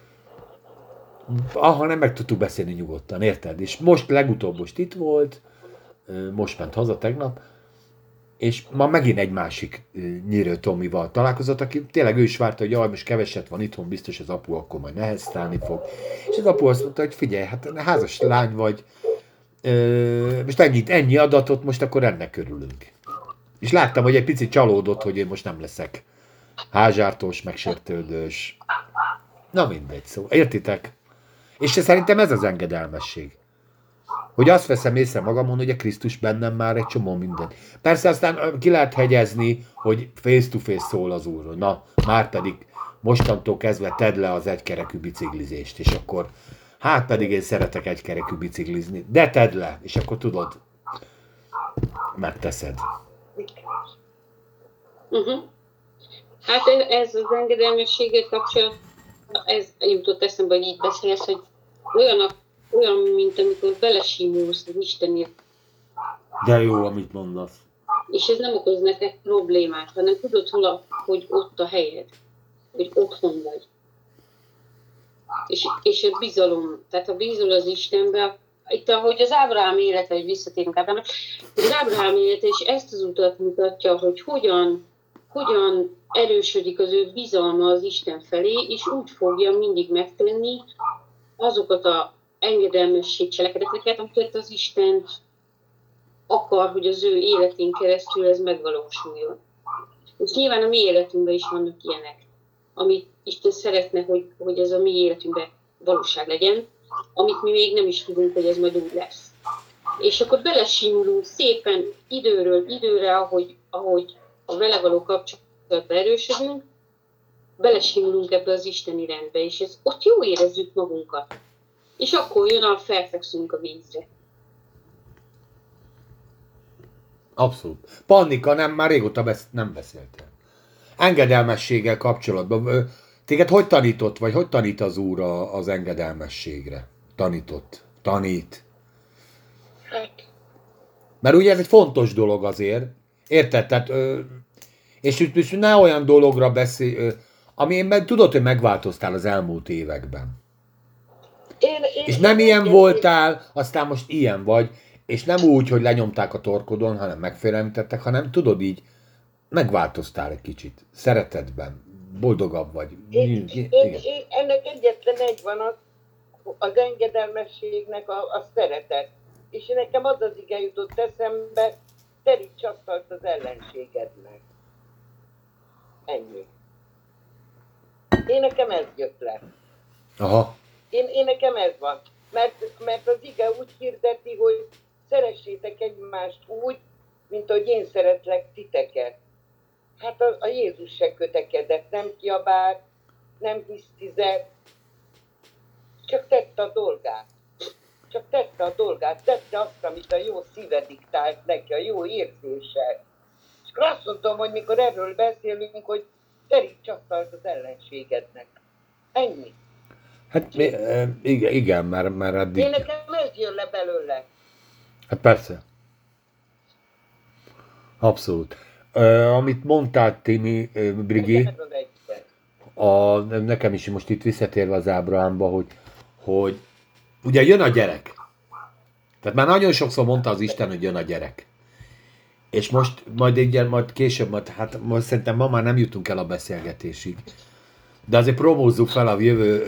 Aha, nem meg tudtuk beszélni nyugodtan, érted? És most legutóbb most itt volt, most ment haza tegnap, és ma megint egy másik Nyírő Tomival találkozott, aki tényleg ő is várta, hogy jaj, most keveset van itthon, biztos az apu akkor majd neheztelni fog. És az apu azt mondta, hogy figyelj, hát házas lány vagy, most ennyit, ennyi adatot, most akkor ennek örülünk. És láttam, hogy egy picit csalódott, hogy én most nem leszek házsártós, megsértődős. Na mindegy, szó. Értitek? És szerintem ez az engedelmesség. Hogy azt veszem észre magamon, hogy a Krisztus bennem már egy csomó minden. Persze aztán ki lehet hegyezni, hogy face-to-face szól az Úr. Na, már pedig mostantól kezdve tedd le az egykerekű biciklizést, és akkor hát pedig én szeretek egykerekű biciklizni. De tedd le, és akkor tudod, megteszed. Uh-huh. Hát ez, ez az engedelmességgel kapcsolatban, ez jutott eszembe, hogy így beszélsz, hogy olyan, olyan, mint amikor belesimulsz az Istenért. De jó, amit mondasz. És ez nem okoz neked problémát, hanem tudod, hol a, hogy ott a helyed, hogy otthon vagy. És, és a bizalom, tehát ha bízol az Istenbe, itt ahogy az Ábrahám élete, hogy visszatérünk Ábrahámra, az Ábrahám élete és ezt az utat mutatja, hogy hogyan, hogyan erősödik az ő bizalma az Isten felé, és úgy fogja mindig megtenni azokat a engedelmesség cselekedeteket, amiket az Isten akar, hogy az ő életén keresztül ez megvalósuljon. És nyilván a mi életünkben is vannak ilyenek, amit Isten szeretne, hogy, hogy ez a mi életünkben valóság legyen, amit mi még nem is tudunk, hogy ez majd úgy lesz. És akkor belesimulunk szépen időről időre, ahogy, ahogy a vele való kapcsolatban erősödünk, belesimulunk ebbe az isteni rendbe, és ez, ott jó érezzük magunkat. És akkor jön a felfekszünk a vízre. Abszolút. Pannika, nem, már régóta besz- nem beszéltél. Engedelmességgel kapcsolatban. Téged hogy tanított, vagy hogy tanít az Úr az engedelmességre? Tanított. Tanít. Mert ugye ez egy fontos dolog azért. Érted? Tehát, ö, és és ne olyan dologra beszélj, ö, ami én tudod, hogy megváltoztál az elmúlt években. Én, én, És nem én ilyen én, voltál, aztán most ilyen vagy, és nem úgy, hogy lenyomták a torkodon, hanem megfélemlítettek, hanem tudod így, megváltoztál egy kicsit. Szeretetben, boldogabb vagy. én, Igen. én, én, ennek egyetlen egy van az, az engedelmességnek a, a szeretet. És nekem az az ige jutott eszembe, teríts asztalt az ellenségednek. Ennyi. Én nekem ez jött le. Aha. Én, én nekem ez van. Mert, mert az ige úgy hirdeti, hogy szeressétek egymást úgy, mint ahogy én szeretlek titeket. Hát a, a Jézus se kötekedett, nem kiabált, nem hisztizett, csak tette a dolgát. Csak tette a dolgát, tette azt, amit a jó szíve diktált neki, a jó érzése. És akkor azt mondtam, hogy mikor erről beszélünk, hogy teríts asztalt az ellenségednek. Ennyi. Hát igen, igen mert, mert eddig... Én nekem ez jön le belőle. Hát persze. Abszolút. Uh, amit mondtál, Timi, uh, Brigi, a, nekem is most itt visszatérve az Ábrahámba, hogy, hogy ugye jön a gyerek. Tehát már nagyon sokszor mondta az Isten, hogy jön a gyerek. És most majd, egy, majd később, majd, hát most szerintem ma már nem jutunk el a beszélgetésig. De azért promózzuk fel a jövő,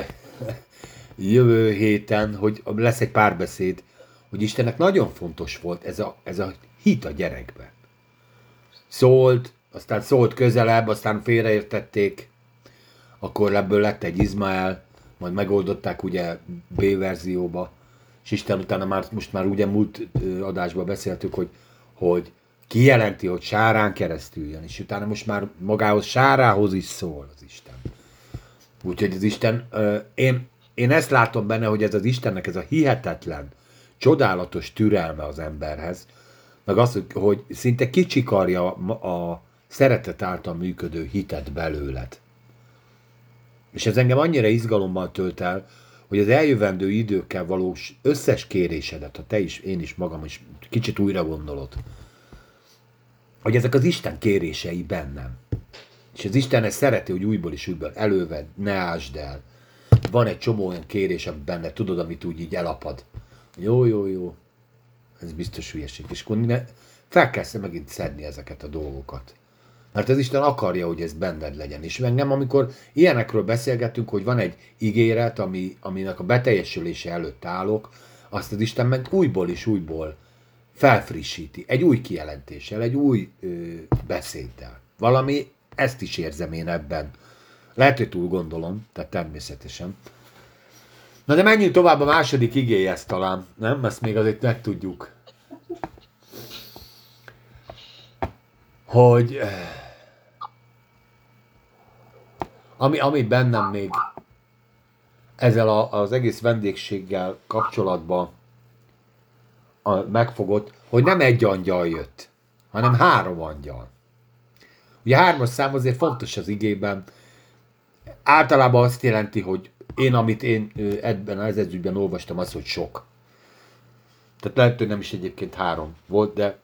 jövő héten, hogy lesz egy párbeszéd, hogy Istennek nagyon fontos volt ez a, ez a hit a gyerekben. Szólt, aztán szólt közelebb, aztán félreértették, akkor ebből lett egy Izmael, majd megoldották ugye B verzióba, és Isten utána már, most már ugye múlt adásban beszéltük, hogy, hogy kijelenti, hogy Sárán keresztül jön, és utána most már magához Sárához is szól az Isten. Úgyhogy az Isten, én, én ezt látom benne, hogy ez az Istennek ez a hihetetlen, csodálatos türelme az emberhez, meg az, hogy szinte kicsikarja a szeretet által működő hitet belőled. És ez engem annyira izgalommal tölt el, hogy az eljövendő időkkel valós összes kérésedet, ha te is, én is magam is kicsit újra gondolod, hogy ezek az Isten kérései bennem. És az Isten ezt szereti, hogy újból és újból előved, ne ásd el. Van egy csomó olyan kérés benne, tudod, amit úgy így elapad. Jó, jó, jó. Ez biztos hülyeség. És akkor fel kell megint szedni ezeket a dolgokat. Mert az Isten akarja, hogy ez benned legyen. És engem, amikor ilyenekről beszélgetünk, hogy van egy ígéret, ami, aminek a beteljesülése előtt állok, azt az Isten meg újból és újból felfrissíti. Egy új kijelentéssel, egy új ö, beszéddel. Valami, ezt is érzem én ebben. Lehet, hogy túl gondolom, tehát természetesen. Na de menjünk tovább a második igéhez talán, nem? Ezt még azért megtudjuk. Hogy ami, ami bennem még ezzel a, az egész vendégséggel kapcsolatban a, megfogott, hogy nem egy angyal jött, hanem három angyal. Ugye hármas szám azért fontos az igében. Általában azt jelenti, hogy én, amit én ebben az ezügyben olvastam, az, hogy sok. Tehát lehet, hogy nem is egyébként három volt, de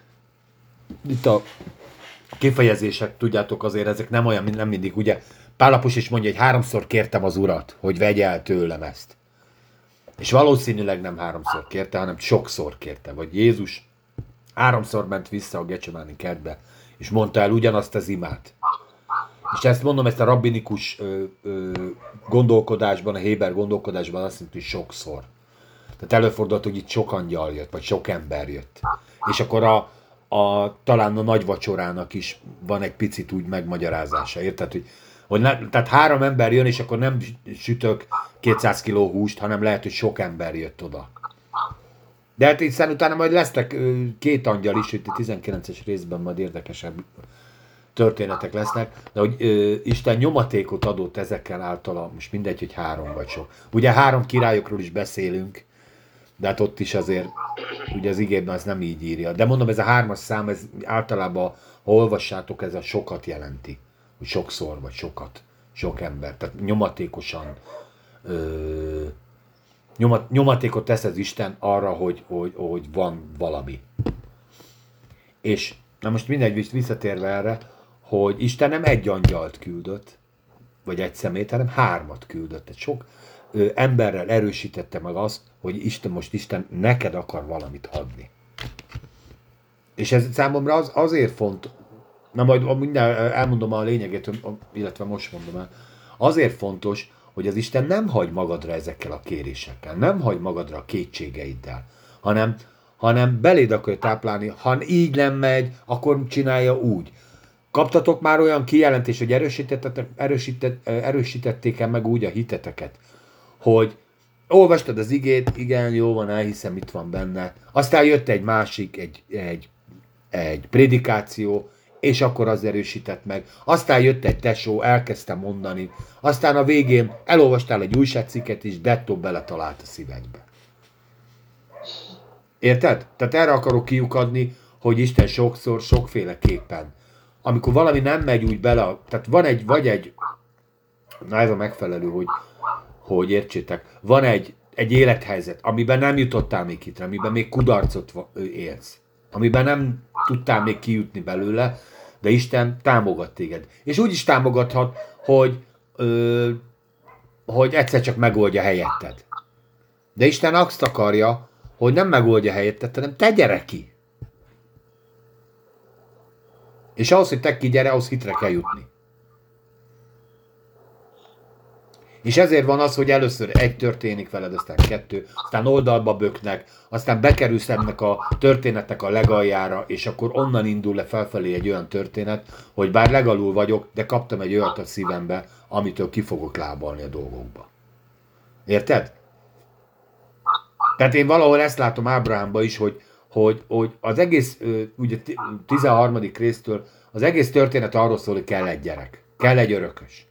itt a kifejezések, tudjátok, azért ezek nem olyan, nem mindig, ugye Pál apostol is mondja, hogy háromszor kértem az Urat, hogy vegye el tőlem ezt. És valószínűleg nem háromszor kérte, hanem sokszor kérte. Vagy Jézus háromszor ment vissza a Gecsemáni kertbe, és mondta el ugyanazt az imát. És ezt mondom, ezt a rabbinikus ö, ö, gondolkodásban, a héber gondolkodásban azt mondja, hogy sokszor. Tehát előfordult, hogy itt sok angyal jött, vagy sok ember jött. És akkor a, a, talán a nagy vacsorának is van egy picit úgy megmagyarázása, érted? Hogy, hogy ne, tehát három ember jön, és akkor nem sütök kétszáz kiló húst, hanem lehet, hogy sok ember jött oda. De hát hiszen utána majd lesznek két angyal is, itt a tizenkilences részben majd érdekesebb történetek lesznek, de hogy ö, Isten nyomatékot adott ezekkel általa, most mindegy, hogy három vagy sok. Ugye három királyokról is beszélünk, de hát ott is azért, ugye az igében az nem így írja. De mondom, ez a hármas szám, ez általában, ha olvassátok, ez a sokat jelenti. Hogy sokszor, vagy sokat, sok ember. Tehát nyomatékosan, ö, nyomat, nyomatékot tesz az Isten arra, hogy, hogy, hogy van valami. És na most mindegy, visszatérve erre, hogy Isten nem egy angyalt küldött, vagy egy szemét, hanem hármat küldött. Tehát sok ö, emberrel erősítette meg azt, hogy Isten most Isten neked akar valamit adni. És ez számomra az, azért fontos, na majd minden elmondom a lényegét, illetve most mondom el, azért fontos, hogy az Isten nem hagy magadra ezekkel a kérésekkel, nem hagy magadra a kétségeiddel, hanem, hanem beléd akarja táplálni, ha így nem megy, akkor csinálja úgy. Kaptatok már olyan kijelentést, hogy erősítettek, erősített, erősítették-e meg úgy a hiteteket, hogy olvastad az igét, igen, jó van, elhiszem, itt van benne. Aztán jött egy másik, egy, egy, egy prédikáció, és akkor az erősített meg. Aztán jött egy tesó, elkezdte mondani. Aztán a végén elolvastál egy újságcikket, és dettó beletalált a szívedbe. Érted? Tehát erre akarok kiukadni, hogy Isten sokszor, sokféleképpen. Amikor valami nem megy úgy bele, tehát van egy, vagy egy, na ez a megfelelő, hogy, hogy értsétek, van egy, egy élethelyzet, amiben nem jutottál még hitre, amiben még kudarcot élsz, amiben nem tudtál még kijutni belőle, de Isten támogat téged. És úgy is támogathat, hogy, ö, hogy egyszer csak megoldja helyetted. De Isten azt akarja, hogy nem megoldja helyetted, hanem te gyere ki. És ahhoz, hogy te ki gyere, ahhoz hitre kell jutni. És ezért van az, hogy először egy történik veled, aztán kettő, aztán oldalba böknek, aztán bekerülsz ennek a történetnek a legaljára, és akkor onnan indul le felfelé egy olyan történet, hogy bár legalul vagyok, de kaptam egy olyat a szívembe, amitől ki fogok lábalni a dolgokba. Érted? Tehát én valahol ezt látom Ábrahámba is, hogy, hogy, hogy az egész, ugye tizenharmadik résztől, az egész történet arról szól, hogy kell egy gyerek, kell egy örökös.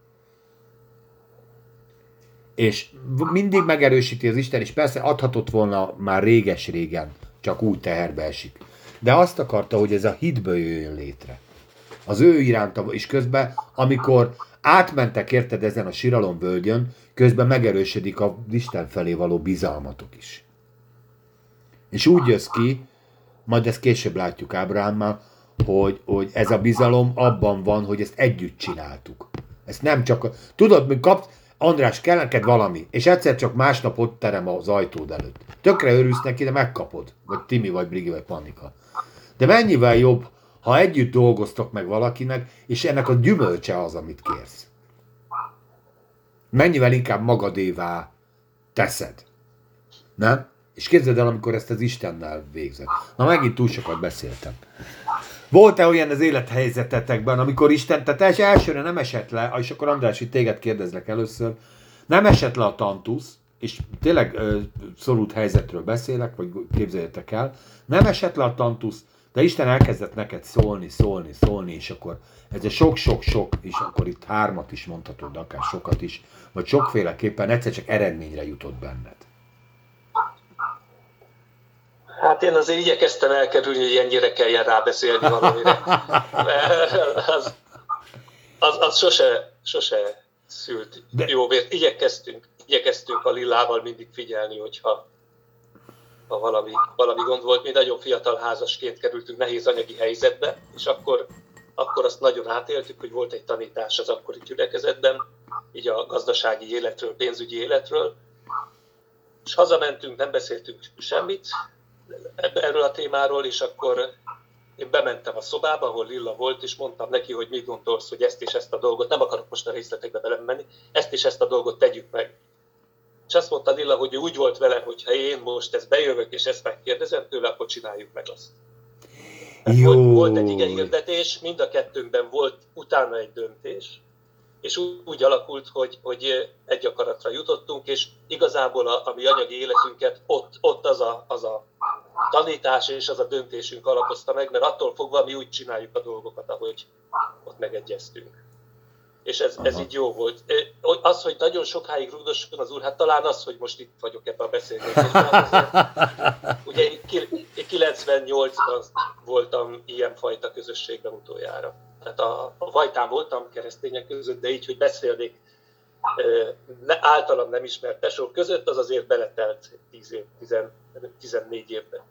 És mindig megerősíti az Isten, és persze adhatott volna már réges-régen, csak úgy teherbe esik. De azt akarta, hogy ez a hitből jöjjön létre. Az ő iránta, és közben, amikor átmentek, érted, ezen a siralomvölgyön, közben megerősödik az Isten felé való bizalmatok is. És úgy jössz ki, majd ezt később látjuk Ábrahámmal, hogy, hogy ez a bizalom abban van, hogy ezt együtt csináltuk. Ezt nem csak... Tudod, hogy kapsz, András, kell neked valami, és egyszer csak másnap ott terem az ajtód előtt. Tökre örülsz neki, de megkapod. Vagy Timi, vagy Brigi, vagy Pannika. De mennyivel jobb, ha együtt dolgoztok meg valakinek, és ennek a gyümölcse az, amit kérsz. Mennyivel inkább magadévá teszed. Nem? És képzeld el, amikor ezt az Istennel végzed. Na, megint túl sokat beszéltem. Volt-e olyan az élethelyzetetekben, amikor Isten, tehát elsőre nem esett le, és akkor András, itt téged kérdezlek először, nem esett le a tantusz, és tényleg ö, szorult helyzetről beszélek, vagy képzeljétek el, nem esett le a tantusz, de Isten elkezdett neked szólni, szólni, szólni, és akkor ez a sok-sok-sok, és akkor itt hármat is mondhatod, akár sokat is, vagy sokféleképpen egyszer csak eredményre jutott benned. Hát én azért igyekeztem elkerülni, hogy ennyire kelljen rábeszélni valamire. Az, az, az sose, sose szült De... jó vért. Igyekeztünk, igyekeztünk a Lillával mindig figyelni, hogyha ha valami, valami gond volt. Mi nagyon fiatal házasként kerültünk nehéz anyagi helyzetbe, és akkor, akkor azt nagyon átéltük, hogy volt egy tanítás az akkori gyülekezetben, így a gazdasági életről, pénzügyi életről, és hazamentünk, nem beszéltünk semmit erről a témáról, és akkor én bementem a szobába, ahol Lilla volt, és mondtam neki, hogy mit gondolsz, hogy ezt és ezt a dolgot, nem akarok most a részletekbe belemenni, ezt és ezt a dolgot tegyük meg. És azt mondta Lilla, hogy ő úgy volt vele, hogy ha én most ezt bejövök, és ezt megkérdezem tőle, akkor csináljuk meg azt. Volt, volt egy igehirdetés, mind a kettőnkben volt utána egy döntés, és úgy alakult, hogy, hogy egy akaratra jutottunk, és igazából a, a mi anyagi életünket ott, ott az, a, az a tanítás és az a döntésünk alapozta meg, mert attól fogva mi úgy csináljuk a dolgokat, ahogy ott megegyeztünk. És ez, ez így jó volt. Az, hogy nagyon sokáig rugdosson az úr, hát talán az, hogy most itt vagyok ebben a beszélgetésben. Ugye én kilencvennyolcban voltam ilyenfajta közösségben utoljára. Tehát a, a Vajtán voltam keresztények között, de így, hogy beszélnék ne, általam nem ismert tesók között, az azért beletelt tíz év, tizennégy évben.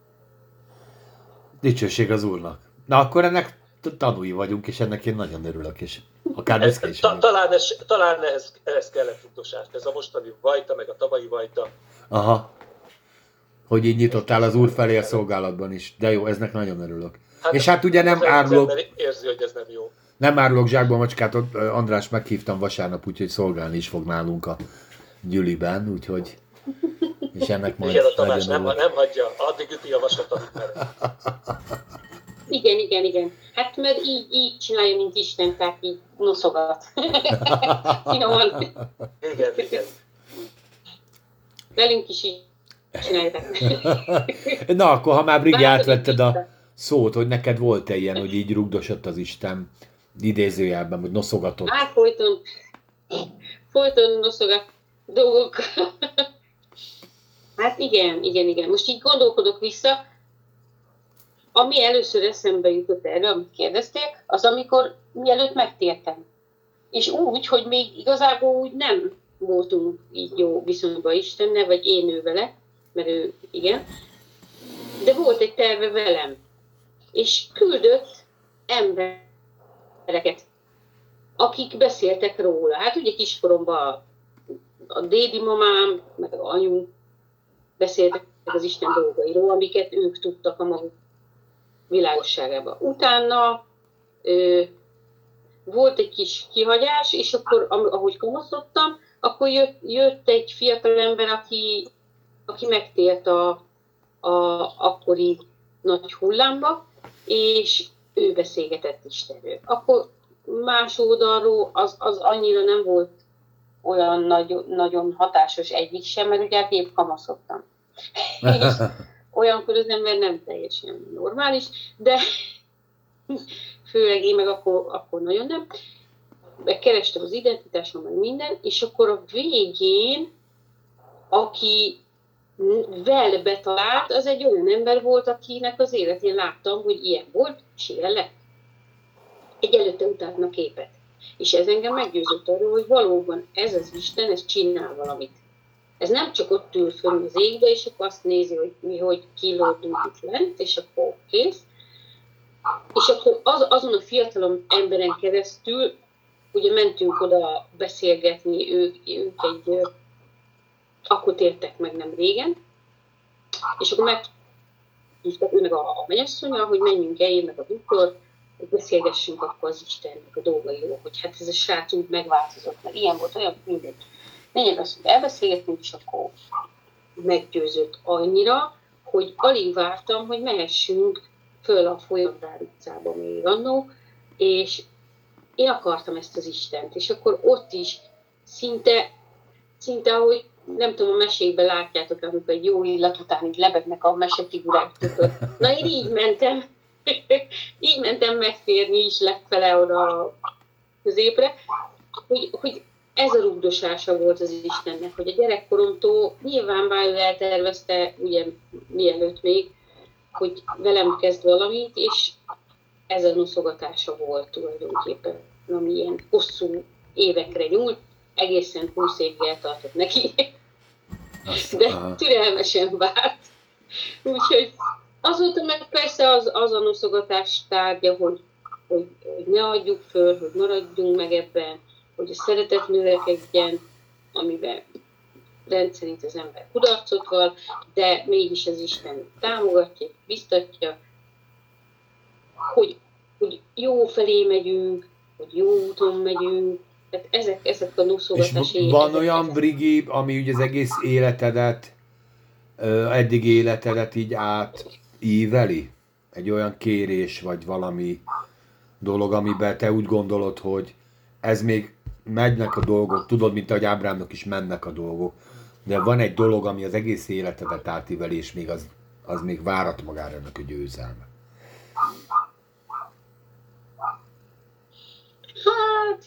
Dicsőség az Úrnak. Na akkor ennek tanúi vagyunk, és ennek én nagyon örülök, és akár büszke is. Ta, talán ez, talán ez, ez kellett rugdosást, ez a mostani Vajta, meg a tavalyi Vajta. Aha. Hogy így nyitottál az Úr felé a szolgálatban is. De jó, eznek nagyon örülök. Hát, és hát ugye nem árulok... érzi, hogy ez nem jó. Nem árulok zsákba macskát, András meghívtam vasárnap, úgyhogy szolgálni is fog nálunk a gyüliben, úgyhogy... És ennek majd... Igen, a Tamás nem, nem hagyja, addig üti a vasat, amit mer. Igen, igen, igen. Hát mert így, így csinálja, mint Isten, tehát így noszogat. Finoman. Igen, igen. Velünk is így csinálják. Na, akkor ha már Brigi átvetted a szót, hogy neked volt-e ilyen, hogy így rugdosott az Isten idézőjelben, hogy noszogatott? Hát folyton, folyton noszogat dolgokkal. Hát igen, igen, igen. Most így gondolkodok vissza, ami először eszembe jutott erre, amit kérdezték, az amikor mielőtt megtértem. És úgy, hogy még igazából úgy nem voltunk így jó viszonyban Istennel, vagy én ő vele, mert ő igen, de volt egy terve velem, és küldött embereket, akik beszéltek róla. Hát ugye kiskoromban a dédi mamám, meg az anyu beszéltek az Isten dolgairól, amiket ők tudtak a maguk világosságában. Utána ö, volt egy kis kihagyás, és akkor, ahogy kamaszodtam, akkor jött, jött egy fiatal ember, aki, aki megtért a, a akkori nagy hullámba, és ő beszélgetett Istenről. Akkor más oldalról az, az annyira nem volt olyan nagy, nagyon hatásos egyik sem, mert ugye hát épp kamaszodtam. És olyankor az ember nem teljesen normális, de főleg én meg akkor, akkor nagyon nem. Kerestem az identitásom, meg minden, és akkor a végén, aki vel betalált, az egy olyan ember volt, akinek az életén láttam, hogy ilyen volt, és ilyen lett. Egy előtte-utána képet. És ez engem meggyőzött arról, hogy valóban ez az Isten, ez csinál valamit. Ez nem csak ott ül fönn az égbe, és akkor azt nézi, hogy mi hogy kilódunk itt lent, és akkor kész, És akkor az, azon a fiatalom emberen keresztül, ugye mentünk oda beszélgetni, ők, ők egy, akkor tértek meg nem régen, és akkor meghívtak ő meg a, a mennyasszonya, hogy menjünk el, én meg a Viktor, hogy beszélgessünk akkor az Istennek a dolgairól, hogy hát ez a srác úgy megváltozott, mert ilyen volt, olyan mindegy. Lényeg az, hogy elbeszélgettünk, és akkor meggyőzött annyira, hogy alig vártam, hogy mehessünk föl a Folyamvár utcába még annó, és én akartam ezt az Istent, és akkor ott is szinte, szinte ahogy nem tudom, a mesékben látjátok, amikor egy jó illat után így lebegnek a mesefigurák tökött. Na én így mentem, így mentem megférni is legfele oda középre, hogy, hogy ez a rugdosása volt az Istennek, hogy a gyerekkoromtól nyilvánvalóan eltervezte, ugye mielőtt még, hogy velem kezd valamit, és ez a noszogatása volt tulajdonképpen, ami ilyen hosszú évekre nyúlt, egészen húsz évig eltartott neki, de türelmesen várt. Úgyhogy azóta meg persze az, az a noszogatás tárgya, hogy, hogy, hogy ne adjuk föl, hogy maradjunk meg ebben, hogy a szeretet növekedjen, amiben rendszerint az ember kudarcot val, de mégis az Isten támogatja, biztatja, hogy, hogy jó felé megyünk, hogy jó úton megyünk, tehát ezek, ezek a noszogatási... És van ezek, olyan, ezek... Brigi, ami ugye az egész életedet, eddig életedet így átíveli? Egy olyan kérés, vagy valami dolog, amiben te úgy gondolod, hogy ez még megynek a dolgok, tudod, mint ahogy Ábrámnak is mennek a dolgok, de van egy dolog, ami az egész életedet átíveli, és még az, az még várat magára ennek a győzelme. Hát,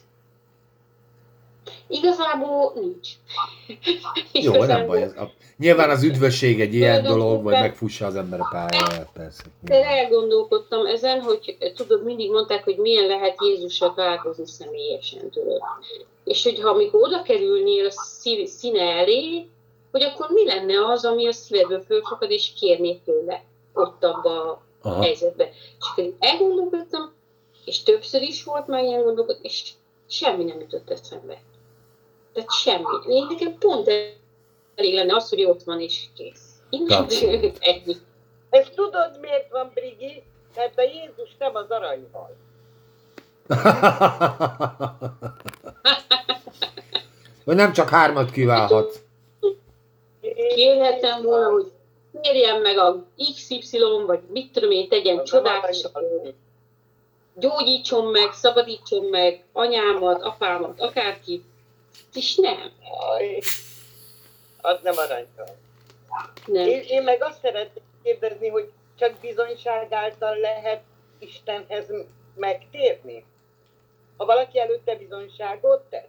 igazából nincs. Jó, igazából... nem baj. Ez a... Nyilván az üdvösség egy ilyen dolog, vagy megfussa az ember a pályáját, persze. De elgondolkodtam ezen, hogy tudod, mindig mondták, hogy milyen lehet Jézussal találkozni személyesen, tudod. És hogyha amikor oda kerülnél a szív, színe elé, hogy akkor mi lenne az, ami a szívedből fölfogad, és kérnék tőle ott abba a Aha. helyzetben. És akkor elgondolkodtam, és többször is volt már ilyen gondolkodás, és semmi nem jutott eszembe. Tehát semmi. Én nekem pont elég lenne az, hogy ott van és kész. Innen ennyi. Ezt tudod, miért van, Brigi? Mert a Jézus nem az aranyhal. Vagy nem csak hármat kívánhat. Kérhetem volna, hogy kérjen meg a iksz ipszilon, vagy mit tudom én, tegyen csodát, és gyógyítson meg, szabadítson meg anyámat, apámat, akárki. És nem. Aj, az nem aranyhal. Nem. Én, én meg azt szeretném kérdezni, hogy csak bizonyság által lehet Istenhez megtérni? Ha valaki előtte bizonyságot tesz?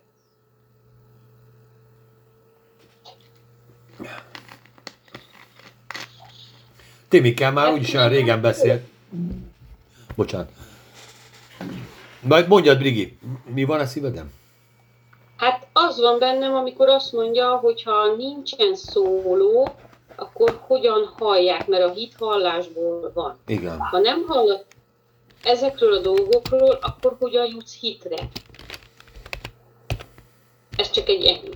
Timikkel már úgyis olyan régen beszélt. Bocsánat. Majd mondjad, Brigi, mi van a szíveden? Hát az van bennem, amikor azt mondja, hogy ha nincsen szóló, akkor hogyan hallják, mert a hit hallásból van. Igen. Ha nem hallod ezekről a dolgokról, akkor hogyan jutsz hitre? Ez csak egy ennyi.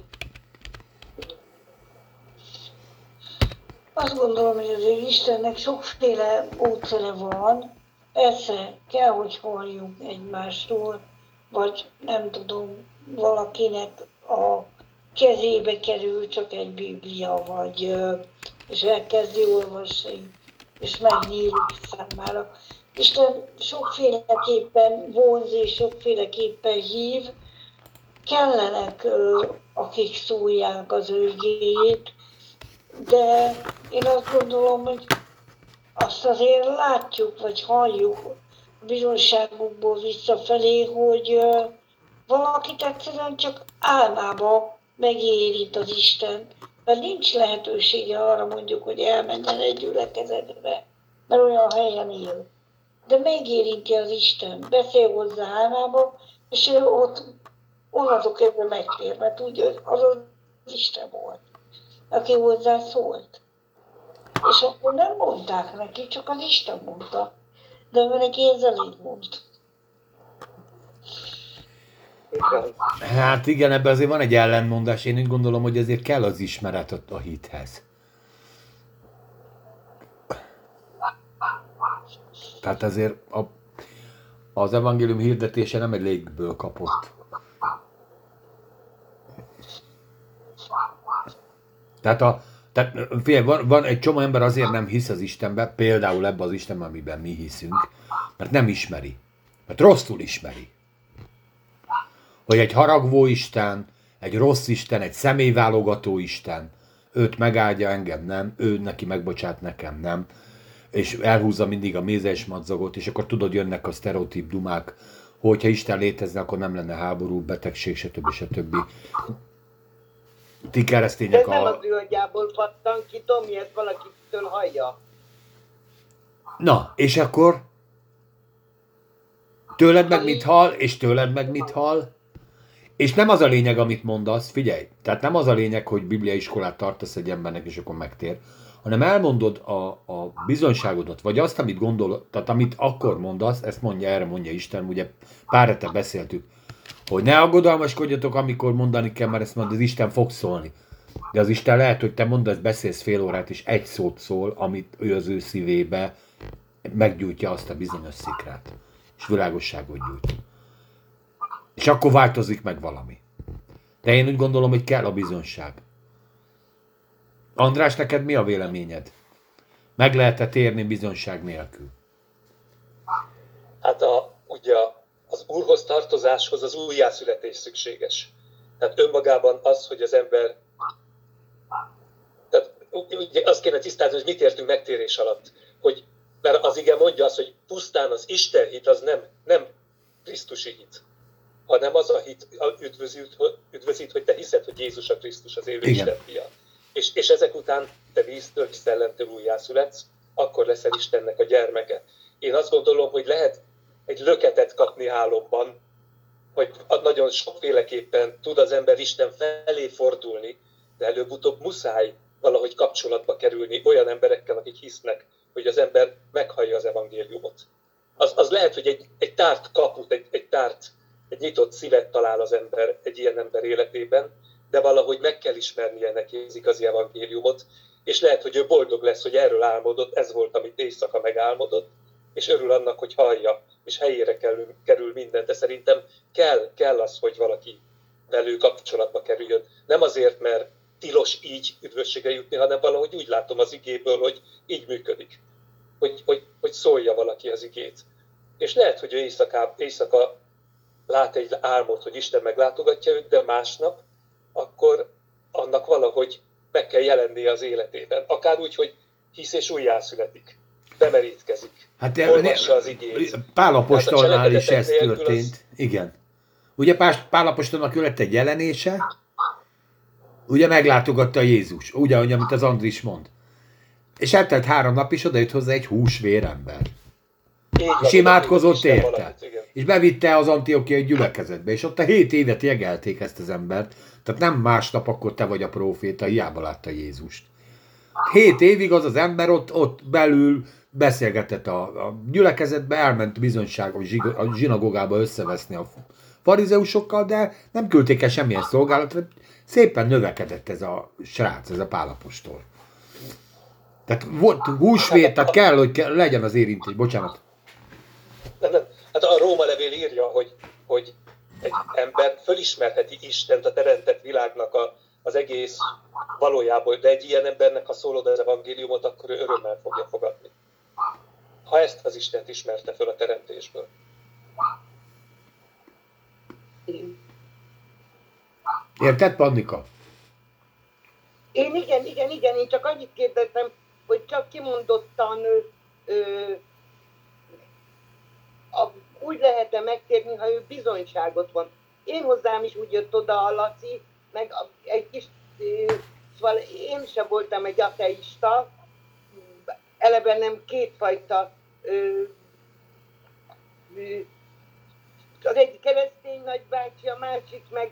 Azt gondolom, hogy azért Istennek sokféle módszere van. Persze kell, hogy halljunk egymástól, vagy nem tudom, valakinek a kezébe kerül csak egy Biblia, vagy és elkezdi olvasni, és megnyílik számára. Isten sokféleképpen vonz és sokféleképpen hív, kellenek, akik szólják az ő igéjét, de én azt gondolom, hogy azt azért látjuk, vagy halljuk a bizonságukból visszafelé, hogy valakit egyszerűen csak álmába megérint az Isten, mert nincs lehetősége arra mondjuk, hogy elmenjen egy gyülekezetbe, mert olyan helyen él. De megérinti az Isten, beszél hozzá álmába, és ő ott onnantól kezdve megtér, mert úgy az az Isten volt, aki hozzá szólt. És akkor nem mondták neki, csak az Isten mondta. De ő neki ez elég volt. Igaz. Hát igen, ebben azért van egy ellenmondás. Én úgy gondolom, hogy azért kell az ismeret a, a hithez. Tehát azért a, az evangélium hirdetése nem egy légből kapott. Tehát, a, tehát figyelj, van, van egy csomó ember azért nem hisz az Istenben, például ebben az Istenben, amiben mi hiszünk, mert nem ismeri. Mert rosszul ismeri. Hogy egy haragvó Isten, egy rossz Isten, egy személyválogató Isten, őt megáldja, engem nem, ő neki megbocsát, nekem nem, és elhúzza mindig a mézes madzagot, és akkor tudod, jönnek a sztereotíp dumák, hogyha Isten létezne, akkor nem lenne háború, betegség, stb. stb. Ti De keresztények nem a... az ő agyából pattan ki, Tomi, ezt valakitől hallja. Na, és akkor? Tőled meg mit hall, és tőled meg mit hall? És nem az a lényeg, amit mondasz, figyelj, tehát nem az a lényeg, hogy bibliaiskolát tartasz egy embernek, és akkor megtér, hanem elmondod a, a bizonyságodat, vagy azt, amit gondol, tehát amit akkor mondasz, ezt mondja, erre mondja Isten, ugye pár hete beszéltük, hogy ne aggodalmaskodjatok, amikor mondani kell, mert ezt majd az Isten fog szólni. De az Isten lehet, hogy te mondasz, beszélsz fél órát, és egy szót szól, amit ő az ő szívébe meggyújtja azt a bizonyos szikrát. És világosságot gyújt. És akkor változik meg valami. De én úgy gondolom, hogy kell a bizonyság. András, neked mi a véleményed? Meg lehet-e térni bizonyság nélkül? Hát a, ugye az Úrhoz tartozáshoz az újjászületés szükséges. Tehát önmagában az, hogy az ember... Tehát ugye azt kéne tisztázni, hogy mit értünk megtérés alatt. Hogy, mert az ige mondja azt, hogy pusztán az Isten hit az nem, nem Krisztusi hit, hanem az a hit üdvözít, üdvözít, hogy te hiszed, hogy Jézus a Krisztus, az élő Isten fia. És, és ezek után te víztől és szellemtől újjászületsz, akkor leszel Istennek a gyermeke. Én azt gondolom, hogy lehet egy löketet kapni álomban, hogy nagyon sokféleképpen tud az ember Isten felé fordulni, de előbb-utóbb muszáj valahogy kapcsolatba kerülni olyan emberekkel, akik hisznek, hogy az ember meghallja az evangéliumot. Az, az lehet, hogy egy, egy tárt kaput, egy, egy tárt, egy nyitott szívet talál az ember egy ilyen ember életében, de valahogy meg kell ismernie neki az igazi evangéliumot, és lehet, hogy ő boldog lesz, hogy erről álmodott, ez volt, amit éjszaka megálmodott, és örül annak, hogy hallja, és helyére kerül, kerül minden, de szerintem kell, kell az, hogy valaki velő kapcsolatba kerüljön. Nem azért, mert tilos így üdvösségre jutni, hanem valahogy úgy látom az igéből, hogy így működik. Hogy, hogy, hogy szólja valaki az igét. És lehet, hogy ő éjszaka, éjszaka lát egy álmot, hogy Isten meglátogatja őt, de másnap akkor annak valahogy meg kell jelennie az életében. Akár úgy, hogy hisz és újjászületik. Bemerítkezik. Hát olvassa az igét. Pál apostolnál is ez cselekedetek nélkül történt. az- Igen. Ugye Pál apostolnak lett egy jelenése, ugye meglátogatta Jézus, ugye, ahogy amit az Andris mond. És eltelt három nap, és odajött hozzá egy húsvér ember. Így van, És imádkozott Isten érte. valamit, igen. És bevitte az antiokiai gyülekezetbe, és ott a hét évet jegelték ezt az embert. Tehát nem másnap akkor te vagy a próféta, hiába látta Jézust. Hét évig az az ember ott, ott belül beszélgetett a, a gyülekezetbe, elment bizonyság a, zsig, a zsinagogába összeveszni a farizeusokkal, de nem küldték el semmilyen szolgálatra. Szépen növekedett ez a srác, ez a Pál apostol. Tehát volt húsvét, tehát kell, hogy kell, legyen az érintés. Bocsánat. Nem, nem. Hát a Róma levél írja, hogy, hogy egy ember fölismerheti Istent, a teremtett világnak a, az egész valójából, de egy ilyen embernek, ha szólod az evangéliumot, akkor ő örömmel fogja fogadni. Ha ezt az Istent ismerte föl a teremtésből. Igen. Érted, Pannika? Én igen, igen, igen, én csak annyit kérdeztem, hogy csak kimondottan ö, ö, a, úgy lehet-e megtérni, ha ő bizonyságot van. Én hozzám is úgy jött oda a Laci, meg a, egy kis, ö, szóval én sem voltam egy ateista, eleve nem kétfajta, ö, ö, az egyik keresztény nagybácsi, a másik meg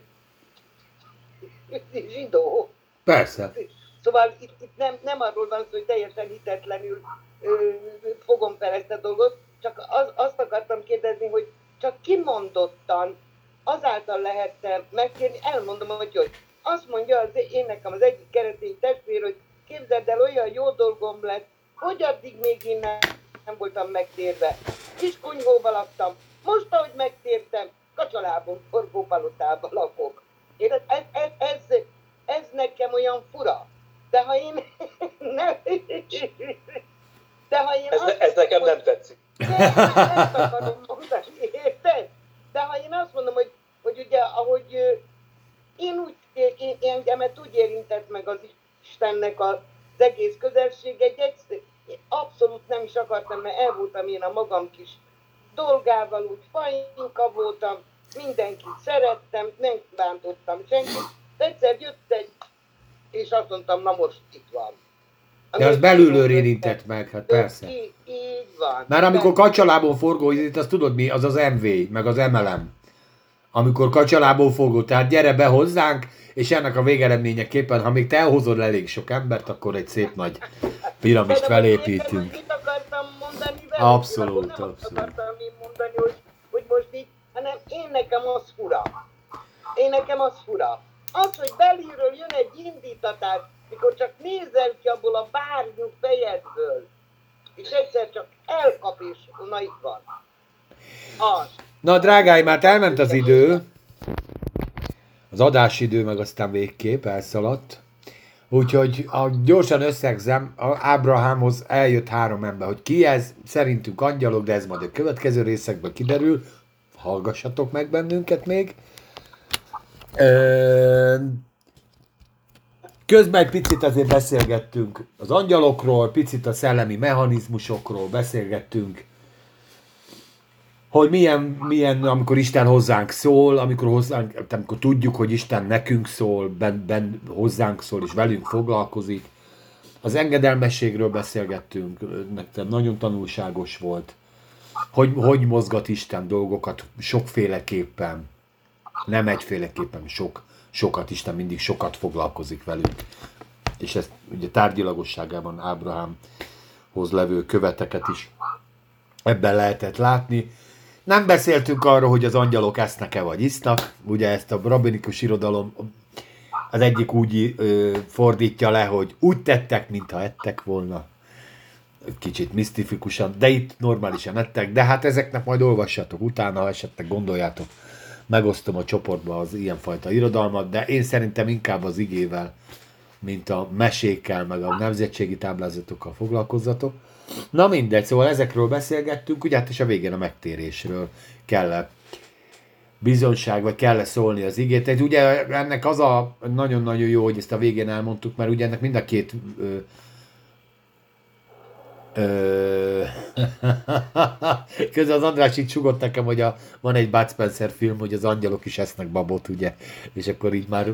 zsidó. Persze. Szóval itt, itt nem, nem arról van szó, hogy teljesen hitetlenül ö, fogom fel ezt a dolgot, csak csak az, azt akartam kérdezni, hogy csak kimondottan azáltal lehet megkérni, elmondom, hogy, hogy azt mondja az én nekem az egyik keresztény testvér, hogy képzeld el, olyan jó dolgom lett, hogy addig még én nem, nem voltam megtérve. Kiskunyhóba laktam, most, ahogy megtértem, Kacsalábon, Forgópalotában lakok. Én, ez, ez, ez, ez nekem olyan fura. De ha én nem... De ha én ez, azt, ez nekem hogy, nem tetszik. De ezt akarom mondani, érted? De ha én azt mondom, hogy, hogy ugye, ahogy én úgy, én, engemet úgy érintett meg az Istennek az egész közelség, egy egyszer, abszolút nem is akartam, mert el voltam én a magam kis dolgával, úgy fajinka voltam, mindenkit szerettem, nem bántottam senkit, de egyszer jött egy, és azt mondtam, na most itt van. De az belülről érintett meg, hát persze. Így, így van. Mert amikor Kacsalábon forgó, itt azt tudod mi, az az em vé, meg az em el em. Amikor Kacsalábon forgó, tehát gyere be hozzánk, és ennek a végeredményeképpen, ha még te elhozod elég sok embert, akkor egy szép nagy piramist felépítünk. Mit akartam mondani vele? Abszolút, nem abszolút. Azt akartam én mondani, hogy, hogy most így, hanem én nekem az fura. Én nekem az fura. Az, hogy belülről jön egy indítatás, mikor csak nézel ki abból a bárnyú fejedből, és egyszer csak elkap, és na itt van. Az. Na drágáim, hát elment az idő. Az adásidő meg aztán végképp elszaladt. Úgyhogy a, gyorsan összegzem, Ábrahámhoz eljött három ember, hogy ki ez, szerintünk angyalok, de ez majd a következő részekben kiderül. Hallgassatok meg bennünket még. Ö... Közben egy picit azért beszélgettünk az angyalokról, picit a szellemi mechanizmusokról beszélgettünk, hogy milyen, milyen, amikor Isten hozzánk szól, amikor, hozzánk, amikor tudjuk, hogy Isten nekünk szól, ben, ben hozzánk szól, és velünk foglalkozik. Az engedelmességről beszélgettünk, nekem nagyon tanulságos volt, hogy, hogy mozgat Isten dolgokat sokféleképpen, nem egyféleképpen, sok, sokat, Isten mindig sokat foglalkozik velünk. És ezt ugye tárgyilagosságában Ábrahámhoz levő követeket is ebben lehetett látni. Nem beszéltünk arról, hogy az angyalok esznek-e vagy isznak. Ugye ezt a rabbinikus irodalom az egyik úgy ö, fordítja le, hogy úgy tettek, mintha ettek volna. Kicsit misztifikusan, de itt normálisan ettek. De hát ezeknek majd olvassatok utána, ha esetleg gondoljátok. Megosztom a csoportba az ilyenfajta irodalmat, de én szerintem inkább az igével, mint a mesékkel, meg a nemzetségi táblázatokkal foglalkozzatok. Na mindegy, szóval ezekről beszélgettünk, ugye hát és a végén a megtérésről kell bizonyság, vagy kell szólni az igét. Tehát ugye ennek az a nagyon-nagyon jó, hogy ezt a végén elmondtuk, mert ugye ennek mind a két ö, ö, közben az András így sugott nekem, hogy a, van egy Bud Spencer film, hogy az angyalok is esznek babot, ugye, és akkor így már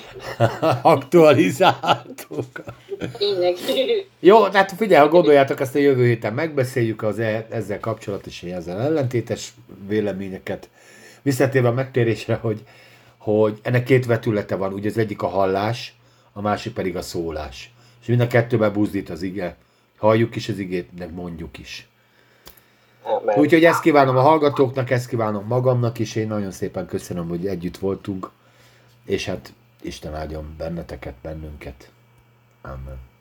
aktualizáltuk. Tényleg. Jó, hát figyelj, ha gondoljátok, azt a jövő héten megbeszéljük az e- ezzel kapcsolatos, és ezzel ellentétes véleményeket. Visszatérve a megtérésre, hogy, hogy ennek két vetülete van, ugye az egyik a hallás, a másik pedig a szólás. És mind a kettőben buzdít az ige. Halljuk is az igét, de mondjuk is. Amen. Úgyhogy ezt kívánom a hallgatóknak, ezt kívánom magamnak is, én nagyon szépen köszönöm, hogy együtt voltunk, és hát Isten áldjon benneteket, bennünket. Amen.